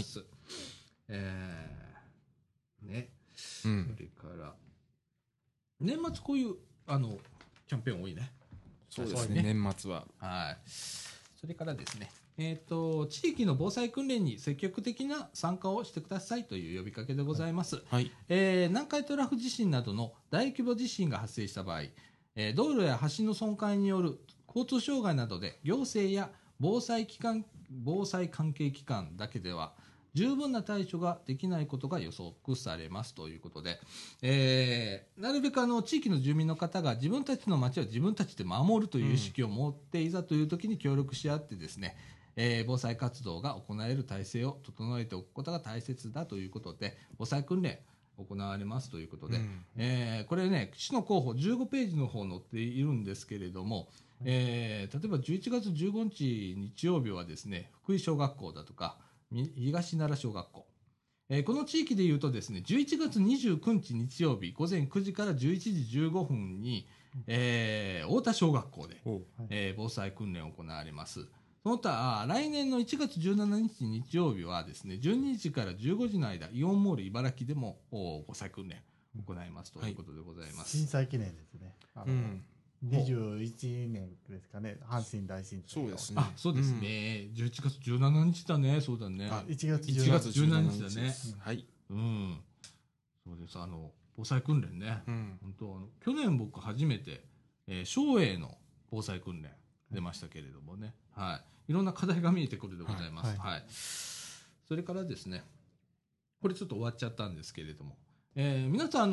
ね、それから年末こういうキャンペーン多いね。 そうですね年末ははい。それからですね、地域の防災訓練に積極的な参加をしてくださいという呼びかけでございます。 はい南海トラフ地震などの大規模地震が発生した場合、道路や橋の損壊による交通障害などで行政や防災関係機関だけでは十分な対処ができないことが予測されますということで、なるべく地域の住民の方が自分たちの町は自分たちで守るという意識を持って、いざという時に協力し合ってですね、防災活動が行える体制を整えておくことが大切だということで防災訓練行われますということで、これね市の広報15ページの方載っているんですけれども、例えば11月15日日曜日はですね福井小学校だとか東奈良小学校この地域でいうとですね、11月29日日曜日午前9時から11時15分に、太田小学校で、防災訓練を行われます。その他、来年の1月17日日曜日はですね、12時から15時の間、イオンモール茨城でも防災訓練を行いますということでございます。 震災記念ですね。21年ですかね、阪神大震災。 そうですね。 そうですね。11月17日だね。そうだね。 1月 17日だね。 はい。 そうです。防災訓練ね。本当去年僕初めて、省営の防災訓練出ましたけれどもね。はい。いろんな課題が見えてくるでございます。はい。それからですね、これちょっと終わっちゃったんですけれども、皆さん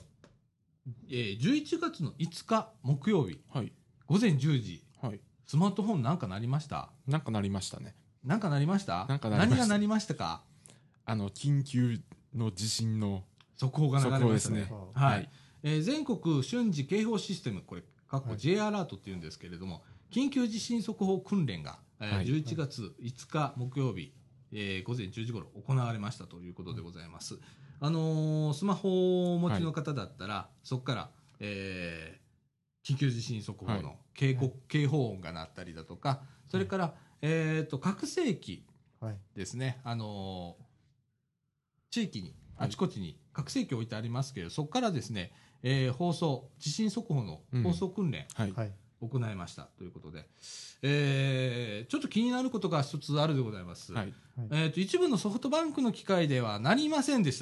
11月の5日木曜日、午前10時、スマートフォンなんか鳴りました？ なんか鳴りましたね。 なんか鳴りました？何が鳴りましたか？ 緊急の地震の速報が流れましたね。はい。全国瞬時警報システム、これ、J アラートっていうんですけれども、緊急地震速報訓練が、11月5日木曜日、午前10時頃行われましたということでございます。スマホをお持ちの方だったら、そこから、緊急地震速報の警報音が鳴ったりだとか、それから、拡声器ですね、地域にあちこちに拡声器置いてありますけど、そこからですね、地震速報の放送訓練、行いましたということで、ちょっと気になることが一つあるでございます。一部のソフトバンクの機械ではなりませんでした。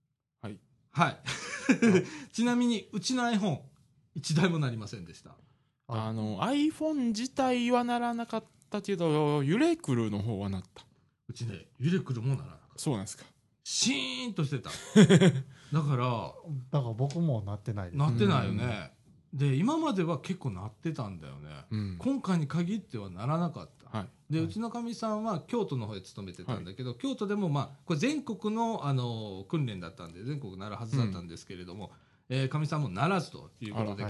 ちなみにうちの iPhone1 台もなりませんでした。 iPhone 自体はならなかったけど、ユレクルの方はなった。 うちね、ユレクルもならなかった。 そうなんですか。 シーンとしてた。だから僕もなってないです。 なってないよね。で、今までは結構なってたんだよね。今回に限ってはならなかった。で、うちのかみさんは京都の方で勤めてたんだけど、京都でもこれ全国の、訓練だったんで、全国なるはずだったんですけれども、かみさんもならずということで、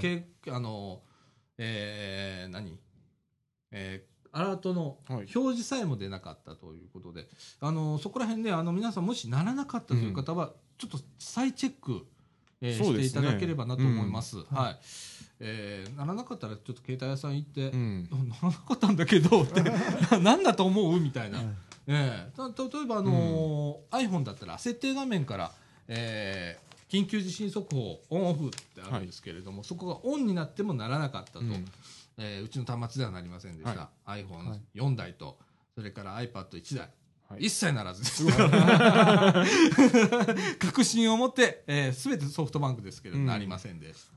アラートの表示さえも出なかったということで、そこら辺で皆さんもしならなかったという方は、ちょっと再チェック、していただければなと思います。ならなかったらちょっと携帯屋さん行って、ならなかったんだけどって何だと思うみたいな。例えばiPhone だったら設定画面から、緊急地震速報オンオフってあるんですけれども、そこがオンになってもならなかったと。うちの端末ではなりませんでした。iPhone4 台と、それから iPad1 台。一切ならずです。確信を持って、すべてソフトバンクですけど、なりませんでした。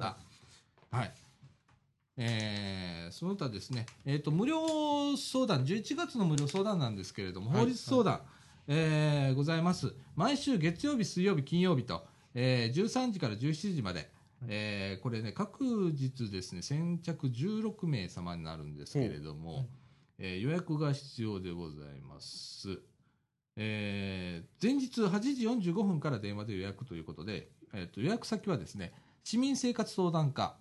その他ですね、無料相談、11月の無料相談なんですけれども、法律相談、ございます。毎週月曜日、水曜日、金曜日と、13時から17時まで、これね、各日ですね、先着16名様になるんですけれども、予約が必要でございます。前日8時45分から電話で予約ということで、予約先はですね、市民生活相談課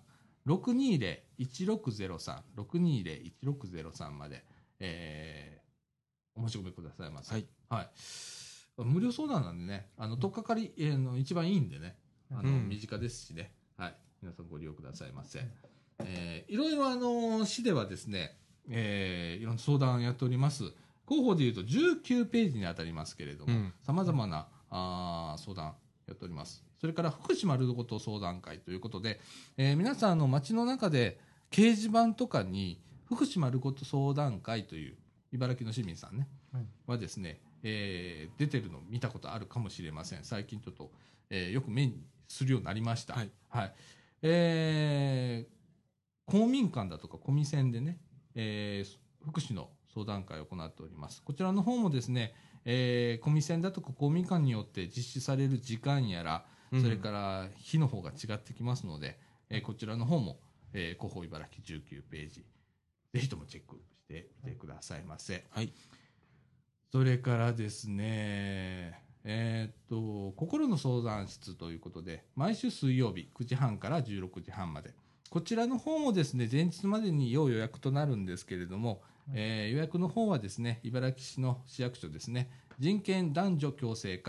620-1603 620-1603 まで、お申し込みくださいませ。無料相談なんでね、取っかかり、一番いいんでね、身近ですしね、皆さんご利用くださいませ。いろいろ市ではですね、いろんな相談やっております。広報でいうと19ページに当たりますけれども、さまざまな相談やっております。それから福祉丸ごと相談会ということで、皆さん街の中で掲示板とかに福祉丸ごと相談会という茨城の市民さんね、はですね、出てるのを見たことあるかもしれません。最近ちょっと、よく目にするようになりました。公民館だとかコミセンでね、福祉の相談会を行っております。こちらの方もですね、コミセンだとか公民館によって実施される時間やら、それから日の方が違ってきますので、こちらの方も、広報茨城19ページ、ぜひともチェックしてみてくださいませ。それからですね、心の相談室ということで、毎週水曜日9時半から16時半まで。こちらの方もですね、前日までに要予約となるんですけれども、予約の方はですね、茨城市の市役所ですね、人権男女共生課、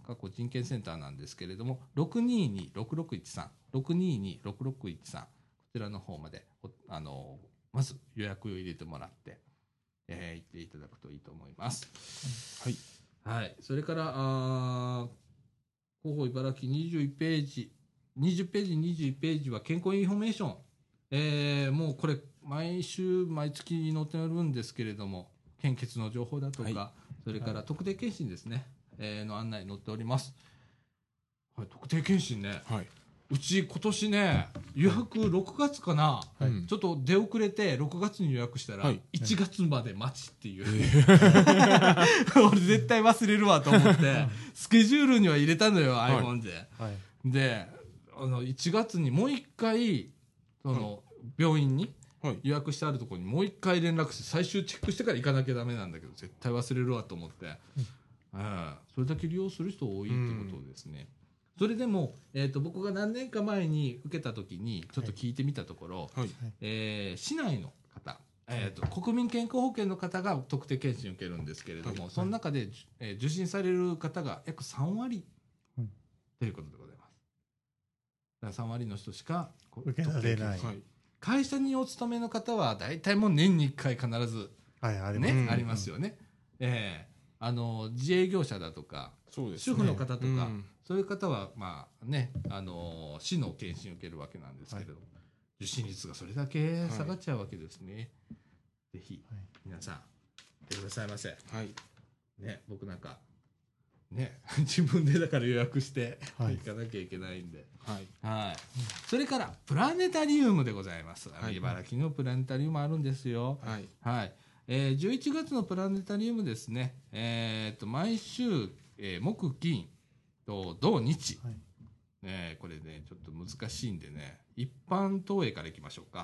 過去人権センターなんですけれども、622-6613、622-6613、こちらの方まで、まず予約を入れてもらって、行っていただくといいと思います。 はい。 はい。それから、広報茨城21ページ、20ページ、21ページは健康インフォメーション。もうこれ、毎週、毎月載ってるんですけれども、献血の情報だとか、 はい、 それから特定健診ですね、の案内載っております。はい、特定健診ね。 はい。 うち今年ね、予約6月かな、 はい、 ちょっと出遅れて6月に予約したら、 はい、 1月まで待ちっていう。俺絶対忘れるわと思って、スケジュールには入れたのよ、iPhone で。 はい、 で、1月にもう一回、病院に予約してあるところにもう一回連絡して、最終チェックしてから行かなきゃダメなんだけど、絶対忘れるわと思って、それだけ利用する人多いってことですね。それでも、僕が何年か前に受けたときにちょっと聞いてみたところ、 はい、 市内の方、国民健康保険の方が特定健診を受けるんですけれども、はい、その中で、受診される方が約3割ということでございます。だから3割の人しか受けられない。 会社にお勤めの方は大体もう年に1回必ず、 ありますよね。自営業者だとか、 そうですね、 主婦の方とか、そういう方は、まあね、市の検診を受けるわけなんですけれども、受診率がそれだけ下がっちゃうわけですね。ぜひ、皆さん、来てくださいませ。ね、僕なんか、ね、自分でだから予約して行かなきゃいけないんで。それから、プラネタリウムでございます。茨城のプラネタリウムあるんですよ。11月のプラネタリウムですね、毎週、木金と土日、これねちょっと難しいんでね、一般投影からいきましょうか。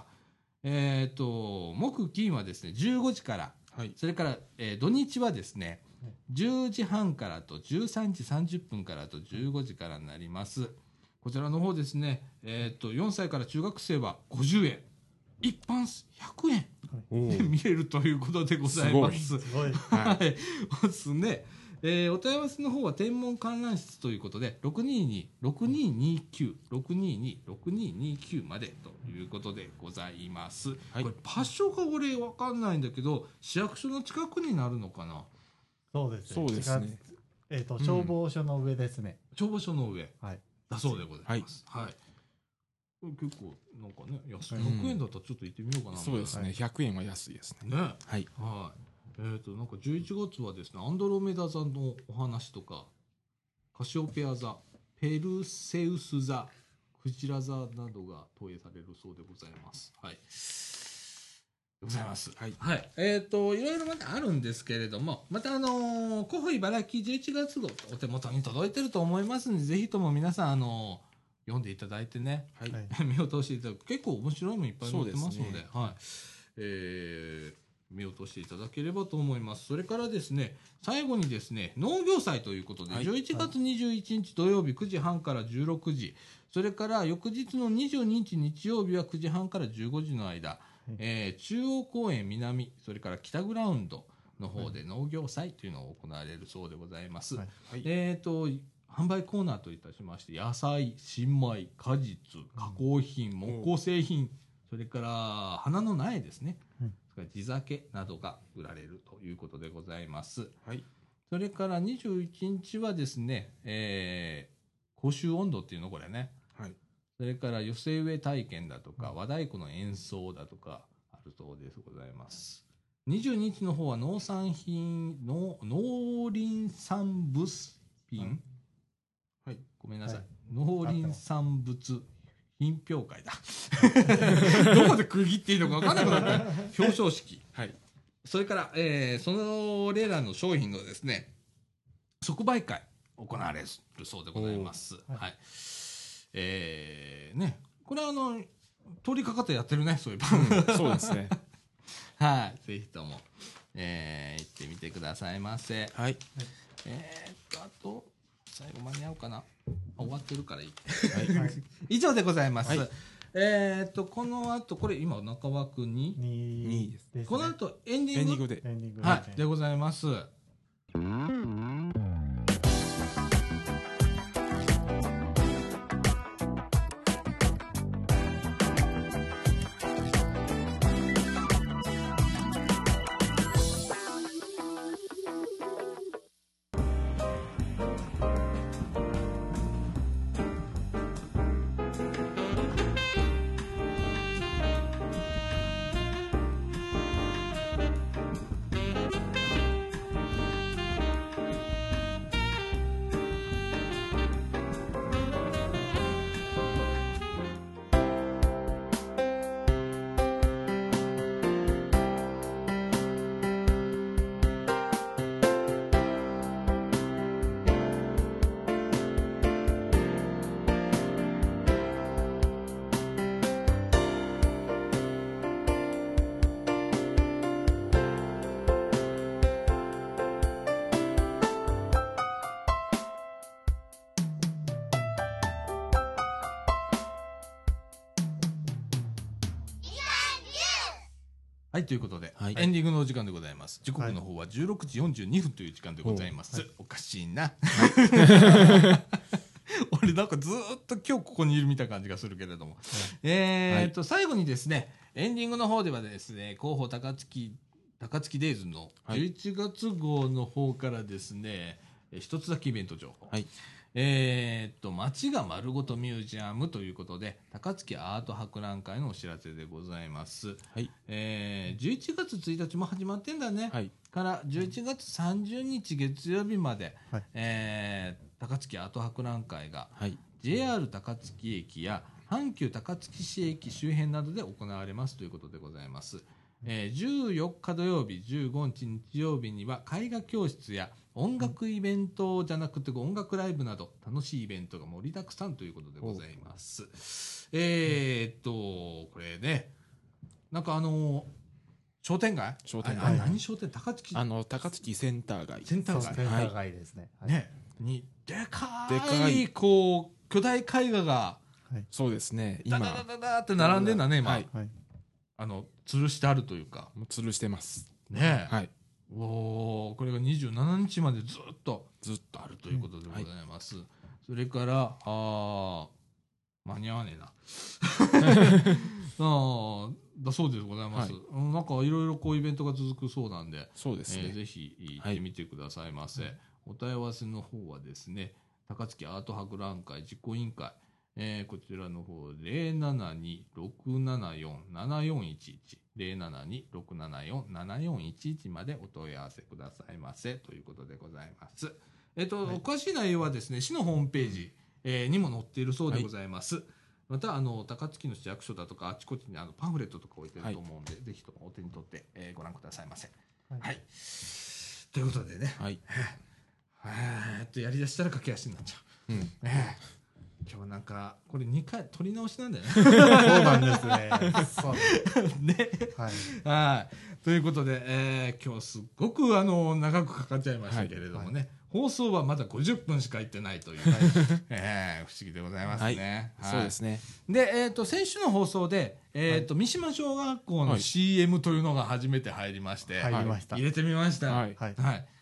木金はですね15時から、それから、土日はですね10時半からと13時30分からと15時からになります。こちらの方ですね、4歳から中学生は50円、一般100円で見れるということでございます。 すごい。 はい。ですね。お問い合わせの方は天文観覧室ということで、622-6229、622-6229までということでございます。これ場所が俺わかんないんだけど、市役所の近くになるのかな。 そうですね。 そうですね。 消防署の上ですね。 消防署の上。だそうでございます。はい。結構なんかね、安い。100円だったらちょっと行ってみようかな。 そうですね。100円は安いですね。 ね。はい。なんか11月はですね、アンドロメダ座のお話とか、カシオペア座、ペルセウス座、クジラ座などが投影されるそうでございます。はい。ございます。はい。いろいろまたあるんですけれども、また広報茨城11月号お手元に届いてると思いますので、ぜひとも皆さん読んでいただいてね、目を通していただく。結構面白いもいっぱい載ってますので、目を通していただければと思います。それからですね、最後にですね、農業祭ということで、11月21日土曜日9時半から16時、それから翌日の22日日曜日は9時半から15時の間、中央公園南、それから北グラウンドの方で農業祭というのを行われるそうでございます。販売コーナーといたしまして、野菜、新米、果実、加工品、木工製品、それから花の苗ですね、地酒などが売られるということでございます。それから21日はですね、甲州音頭っていうのこれね、それから寄せ植え体験だとか和太鼓の演奏だとかあるそうでございます。22日の方は農林産物品、ごめんなさい、農林産物品評会だどこで区切っていいのか分からなくなった表彰式、それから、それらの商品のですね即売会行われるそうでございます。ね、これは通りかかってやってるね、そういうそうですね。 ぜひとも、行ってみてくださいませ。あと最後間に合うかな。終わってるからいい。以上でございます。この後これ今中枠2 ですね。 この後エンディングでございます。 はい、ということで、 はいエンディングのお時間でございます。時刻の方は16時42分という時間でございます。 はいおかしいな。俺なんかずーっと今日ここにいるみたいな感じがするけれども。最後にですね、エンディングの方ではですね、広報高槻デイズの11月号の方からですね、一つだけイベント情報。 はい。 街が丸ごとミュージアムということで、高槻アート博覧会のお知らせでございます。 はい。 11月1日も始まってんだね。 はい。 から11月30日月曜日まで、 はい高槻アート博覧会が、 はい。 JR 高槻駅や阪急高槻市駅周辺などで行われますということでございます。14日土曜日、15日日曜日には絵画教室や音楽イベントじゃなくて音楽ライブなど楽しいイベントが盛りだくさんということでございます。これね、なんか商店街商店あ街。 何商店高槻高槻センター街。 センター街センター街ですね。はいねにでかいでかいこう巨大絵画がそうですね。 ダ今、 ダダダダって並んでんだね今、 はい。 はい吊るしてあるというかもう吊るしてます。 ねはい。 おーこれが27日までずっとずっとあるということでございます、それから間に合わねえなだそうでございます、 はいなんかいろいろこうイベントが続くそうなんで、 そうですね。 ぜひ行ってみてくださいませ、お問い合わせの方はですね、高槻アート博覧会実行委員会、こちらの方 072-674-7411 072-674-7411 までお問い合わせくださいませということでございます。詳しい内容はですね、市のホームページ、にも載っているそうでございます。また高槻の市役所だとかあちこちにパンフレットとか置いてると思うんで、ぜひともお手に取って、ご覧くださいませ。はい、ということでね、 はい。 やりだしたら駆け足になっちゃう。 うん。 今日なんかこれ2回撮り直しなんだよね。 そうなんですね。そうね。 はいはい。ということで、今日すっごく長くかかっちゃいましたけれどもね、放送はまだ50分しか行ってないという、不思議でございますね。 そうですね。 で、先週の放送で、三島小学校の CM というのが初めて入りまして、 入りました。 入れてみました。 はい。 はい。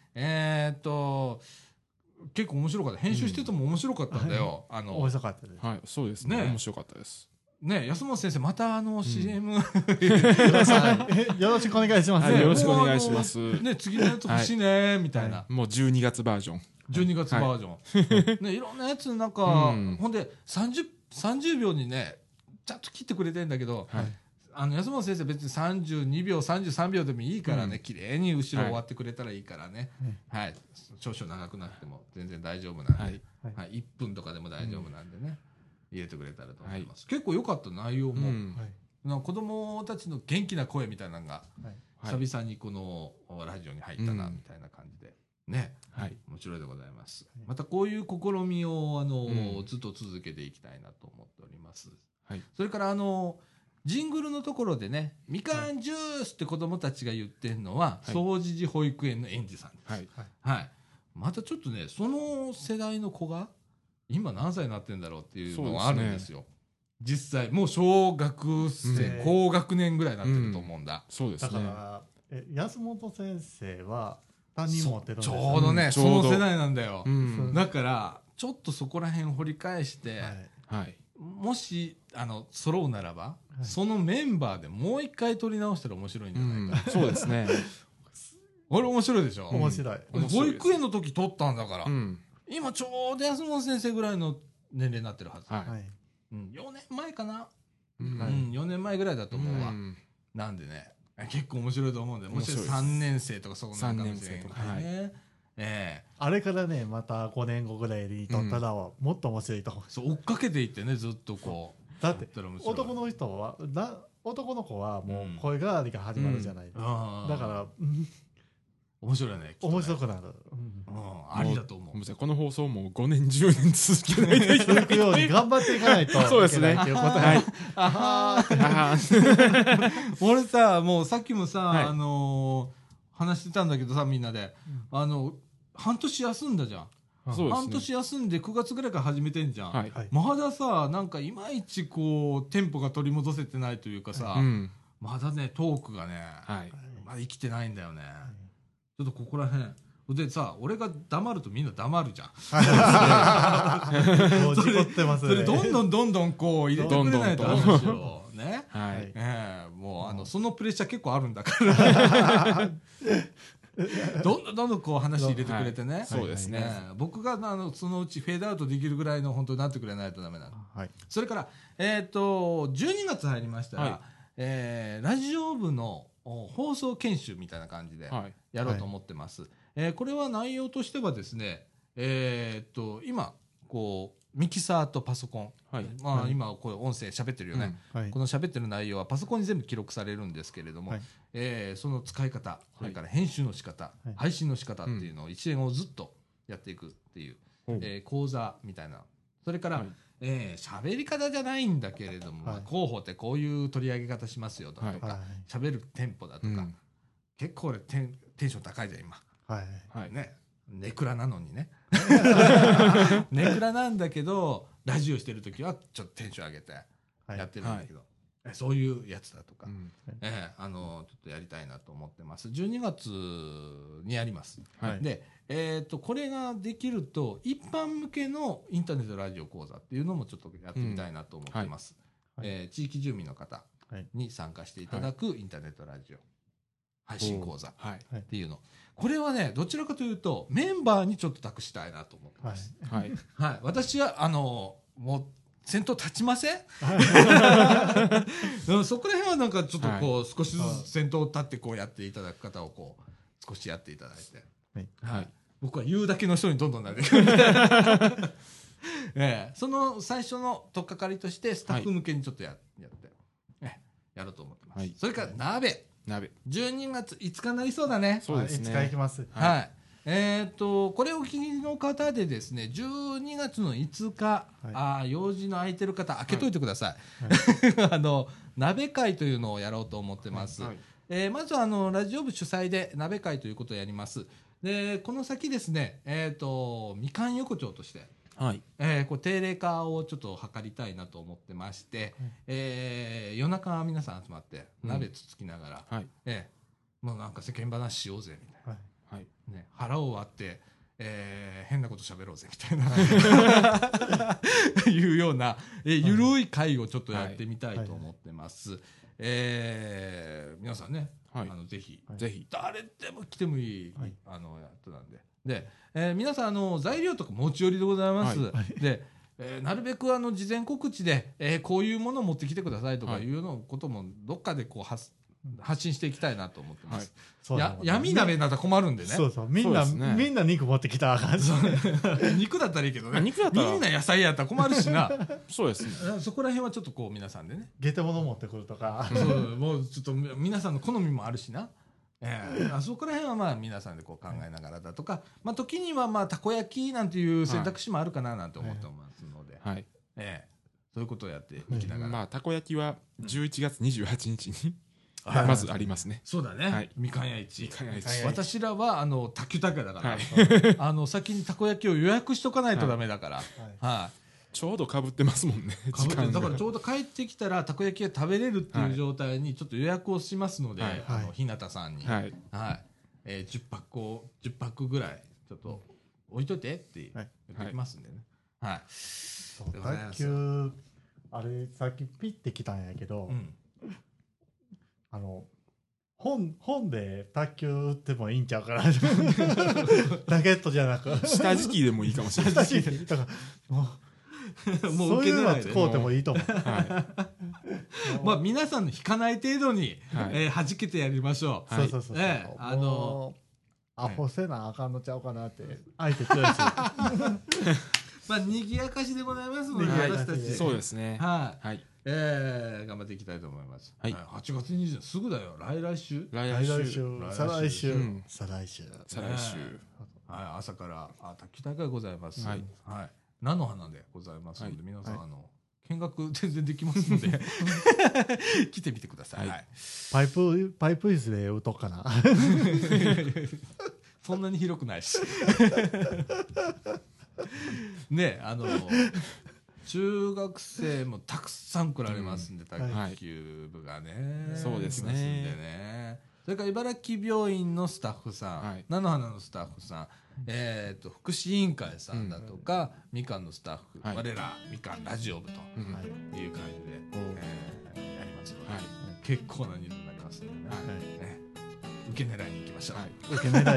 結構面白かった。編集してても面白かったんだよ。 面白かったです。 はい。そうですね。面白かったです。 ね、安本先生、またCM、 よろしくお願いします。 よろしくお願いします。 ね、次のやつ欲しいね、みたいな。 もう12月バージョン。 12月バージョン。ね、いろんなやつなんか、ほんで30秒にね、ちゃんと切ってくれてんだけど、安本先生別に32秒、33秒でもいいからね、綺麗に後ろ終わってくれたらいいからね。はい。少々長くなっても全然大丈夫なんで、はい。1分とかでも大丈夫なんでね、入れてくれたらと思います。結構良かった内容も。子供たちの元気な声みたいなのが、久々にこのラジオに入ったな、みたいな感じで。ね。面白いでございます。またこういう試みを、ずっと続けていきたいなと思っております。それからジングルのところでね、みかんジュースって子供たちが言ってるのは、総持寺保育園の園児さんです。はい。またちょっとね、その世代の子が、今何歳になってんだろうっていうのがあるんですよ。実際、もう小学生、高学年ぐらいになってると思うんだ。 そうですね。 だから、安本先生は担任持ってるんですよ。 ちょうどね、その世代なんだよ。だから、ちょっとそこら辺掘り返して、もし揃うならば、そのメンバーでもう一回撮り直したら面白いんじゃないかな。 そうですね。 あれ面白いでしょ。 面白い。 保育園の時撮ったんだから、今ちょうど安本先生ぐらいの年齢になってるはず。4年前かな。4年前ぐらいだと思うわ。なんでね、結構面白いと思うんで、もし3年生とかそこなのかもしれないね。 あれからね、また5年後ぐらいに撮ったらもっと面白いと思う。 そう追っかけていってね、ずっとこう。 だって男の子はもう声変わりが始まるじゃないですか。だから面白いね。 面白くなる。 ありだと思う。 この放送も5年10年続けないといけないように頑張っていかないと。 そうですね。 俺さ、もうさっきもさ、話してたんだけどさ、みんなで。半年休んだじゃん。半年休んで9月ぐらいから始めてんじゃん。まださ、なんかいまいちこう、テンポが取り戻せてないというかさ、 まだねトークがね、 はい。 まだ生きてないんだよね。ちょっとここら辺でさ、俺が黙るとみんな黙るじゃん。 もう事故ってますね。 それどんどんこう入れてくれないと話をね。 はい。 もうそのプレッシャー結構あるんだからどんどんこう話入れてくれてね、 そうですね。 僕がそのうちフェードアウトできるぐらいの本当になってくれないとダメなの。それから12月入りましたら、ラジオ部の放送研修みたいな感じでやろうと思ってます。これは内容としてはですね、今こうミキサーとパソコン、今こう音声喋ってるよね、この喋ってる内容はパソコンに全部記録されるんですけれども、その使い方、それから編集の仕方、配信の仕方っていうのを一連をずっとやっていくっていう、講座みたいな。それから、喋り方じゃないんだけれども、広報ってこういう取り上げ方しますよだとか、喋るテンポだとか、結構俺テンション高いじゃん今。ね、ネクラなのにねネクラなんだけどラジオしてる時はちょっとテンション上げてやってるんだけど、そういうやつだとか、ちょっとやりたいなと思ってます。12月にやります、で、これができると一般向けのインターネットラジオ講座っていうのもちょっとやってみたいなと思ってます、地域住民の方に参加していただくインターネットラジオ配信講座っていうの、これはねどちらかというとメンバーにちょっと託したいなと思ってます。私はもう先頭立ちませんそこら辺はなんかちょっとこう少しずつ先頭立ってこうやっていただく方をこう少しやっていただいて、僕は言うだけの人にどんどんなってその最初の取っかかりとしてスタッフ向けにちょっとやってやろうと思ってます。それから鍋12月5日になりそうだね。 そうですね。5日行きます。 これをお聞きの方でですね、12月の5日、用事の空いてる方開けといてください。鍋会というのをやろうと思ってます。まずはラジオ部主催で鍋会ということをやります。でこの先ですね、みかん横丁として、こう定例化をちょっと図りたいなと思ってまして、夜中皆さん集まって鍋つつきながら、もうなんか世間話しようぜみたいな、腹を割って、変なこと喋ろうぜみたいないうような、ゆるい会をちょっとやってみたいと思ってます。皆さんね、ぜひ誰でも来てもいい、やつなんで。皆さん材料とか持ち寄りでございます。で、なるべく事前告知で、こういうものを持ってきてくださいとかいうのこともどっかでこう発信していきたいなと思ってます。闇鍋なら困るんでね。 みんな肉持ってきた感じ。 肉だったらいいけどね。みんな野菜やったら困るしな。そうですね。そこら辺はちょっとこう皆さんでね。 ゲテモノ持ってくるとか。 もうちょっと皆さんの好みもあるしな。そこら辺はまあ皆さんでこう考えながらだとか、時にはまあたこ焼きなんていう選択肢もあるかななんて思ってますので、そういうことをやっていきながら。 たこ焼きは11月28日にまずありますね。 そうだね。みかん屋市。私らはたきゅたかだから、先にたこ焼きを予約しとかないとダメだから。 ちょうど被ってますもんね。 だからちょうど帰ってきたらたこ焼きが食べれるっていう状態にちょっと予約をしますので、日向さんに10パックぐらいちょっと置いといてって言ってきますんでね。 卓球あれさっきピッて来たんやけど、本で卓球打ってもいいんちゃうかなラケットじゃなく下敷きでもいいかもしれない。 だからもう受け狙いでこうてもいいと思う。 まあ皆さんの引かない程度に弾けてやりましょう。 そうアホせなあかんのちゃうかなって相手強いし。 まあ賑やかしでございますので私たちそうですね。 頑張っていきたいと思います。8月20日すぐだよ。来週再来週朝から卓球大会ございます。菜の花でございますので、皆さん見学全然できますので来てみてください。 パイプ椅子で打とうかな。 そんなに広くないしね。 中学生もたくさん来られますんで、卓球部がね、 そうですね来ますんでね。それから茨城病院のスタッフさん、菜の花のスタッフさん、福祉委員会さんだとか、みかんのスタッフ、我らみかんラジオ部という感じで、やりますので、結構な人数になりますのでね、受け狙いに行きましょう。 受け狙い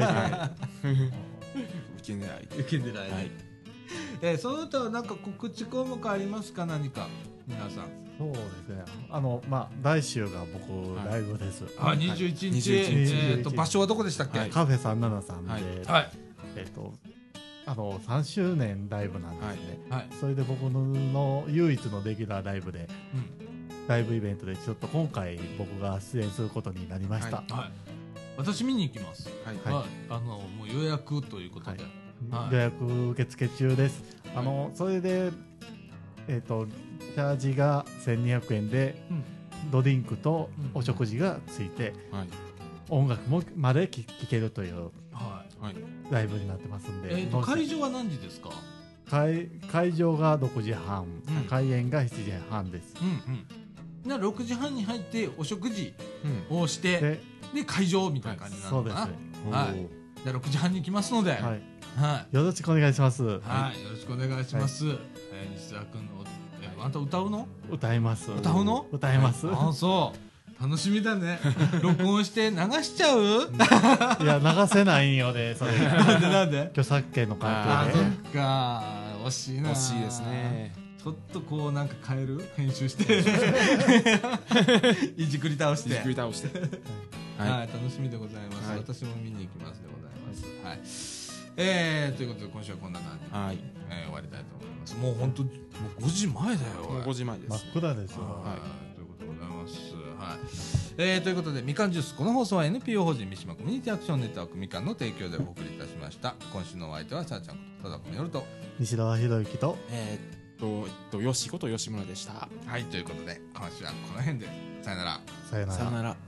受け狙い。その他は何か告知項目ありますか、何か皆さん。 そうですね。来週が僕ライブです。 21日。場所はどこでしたっけ？ カフェ373で、3周年ライブなんですね。それで僕の唯一のレギュラーライブで、ライブイベントでちょっと今回僕が出演することになりました。 私見に行きます。もう予約ということで。 予約受付中です。それでチャージが1200円で、ドリンクとお食事がついて、音楽まで聴けるというライブになってますんで。 会場は何時ですか？ 会場が6時半、開演が7時半です。 6時半に入ってお食事をしてで会場みたいな感じなのかな。そうですね。じゃあ6時半に来ますので、 よろしくお願いします。よろしくお願いします。西澤君のあんた歌うの？ 歌います。 歌うの？ 歌います。 そう楽しみだね。録音して流しちゃう？ いや流せないんよね。それなんで？ 著作権の関係で。 そっか、惜しいな。 惜しいですね。 ちょっとこうなんか変える？編集していじくり倒して。楽しみでございます。私も見に行きますでございます。ということで今週はこんな感じで終わりたいと思います。もう本当もう5時前だよ。 もう5時前です。 真っ暗ですよ。 ということでございます。ということでみかんジュース、この放送は NPO 法人三島コミュニティアクションネットワークみかんの提供でお送りいたしました。今週のお相手はさあちゃんこと田中みと西澤博之とよしこと吉村でした。 はい、ということで今週はこの辺でさよなら。 さよなら。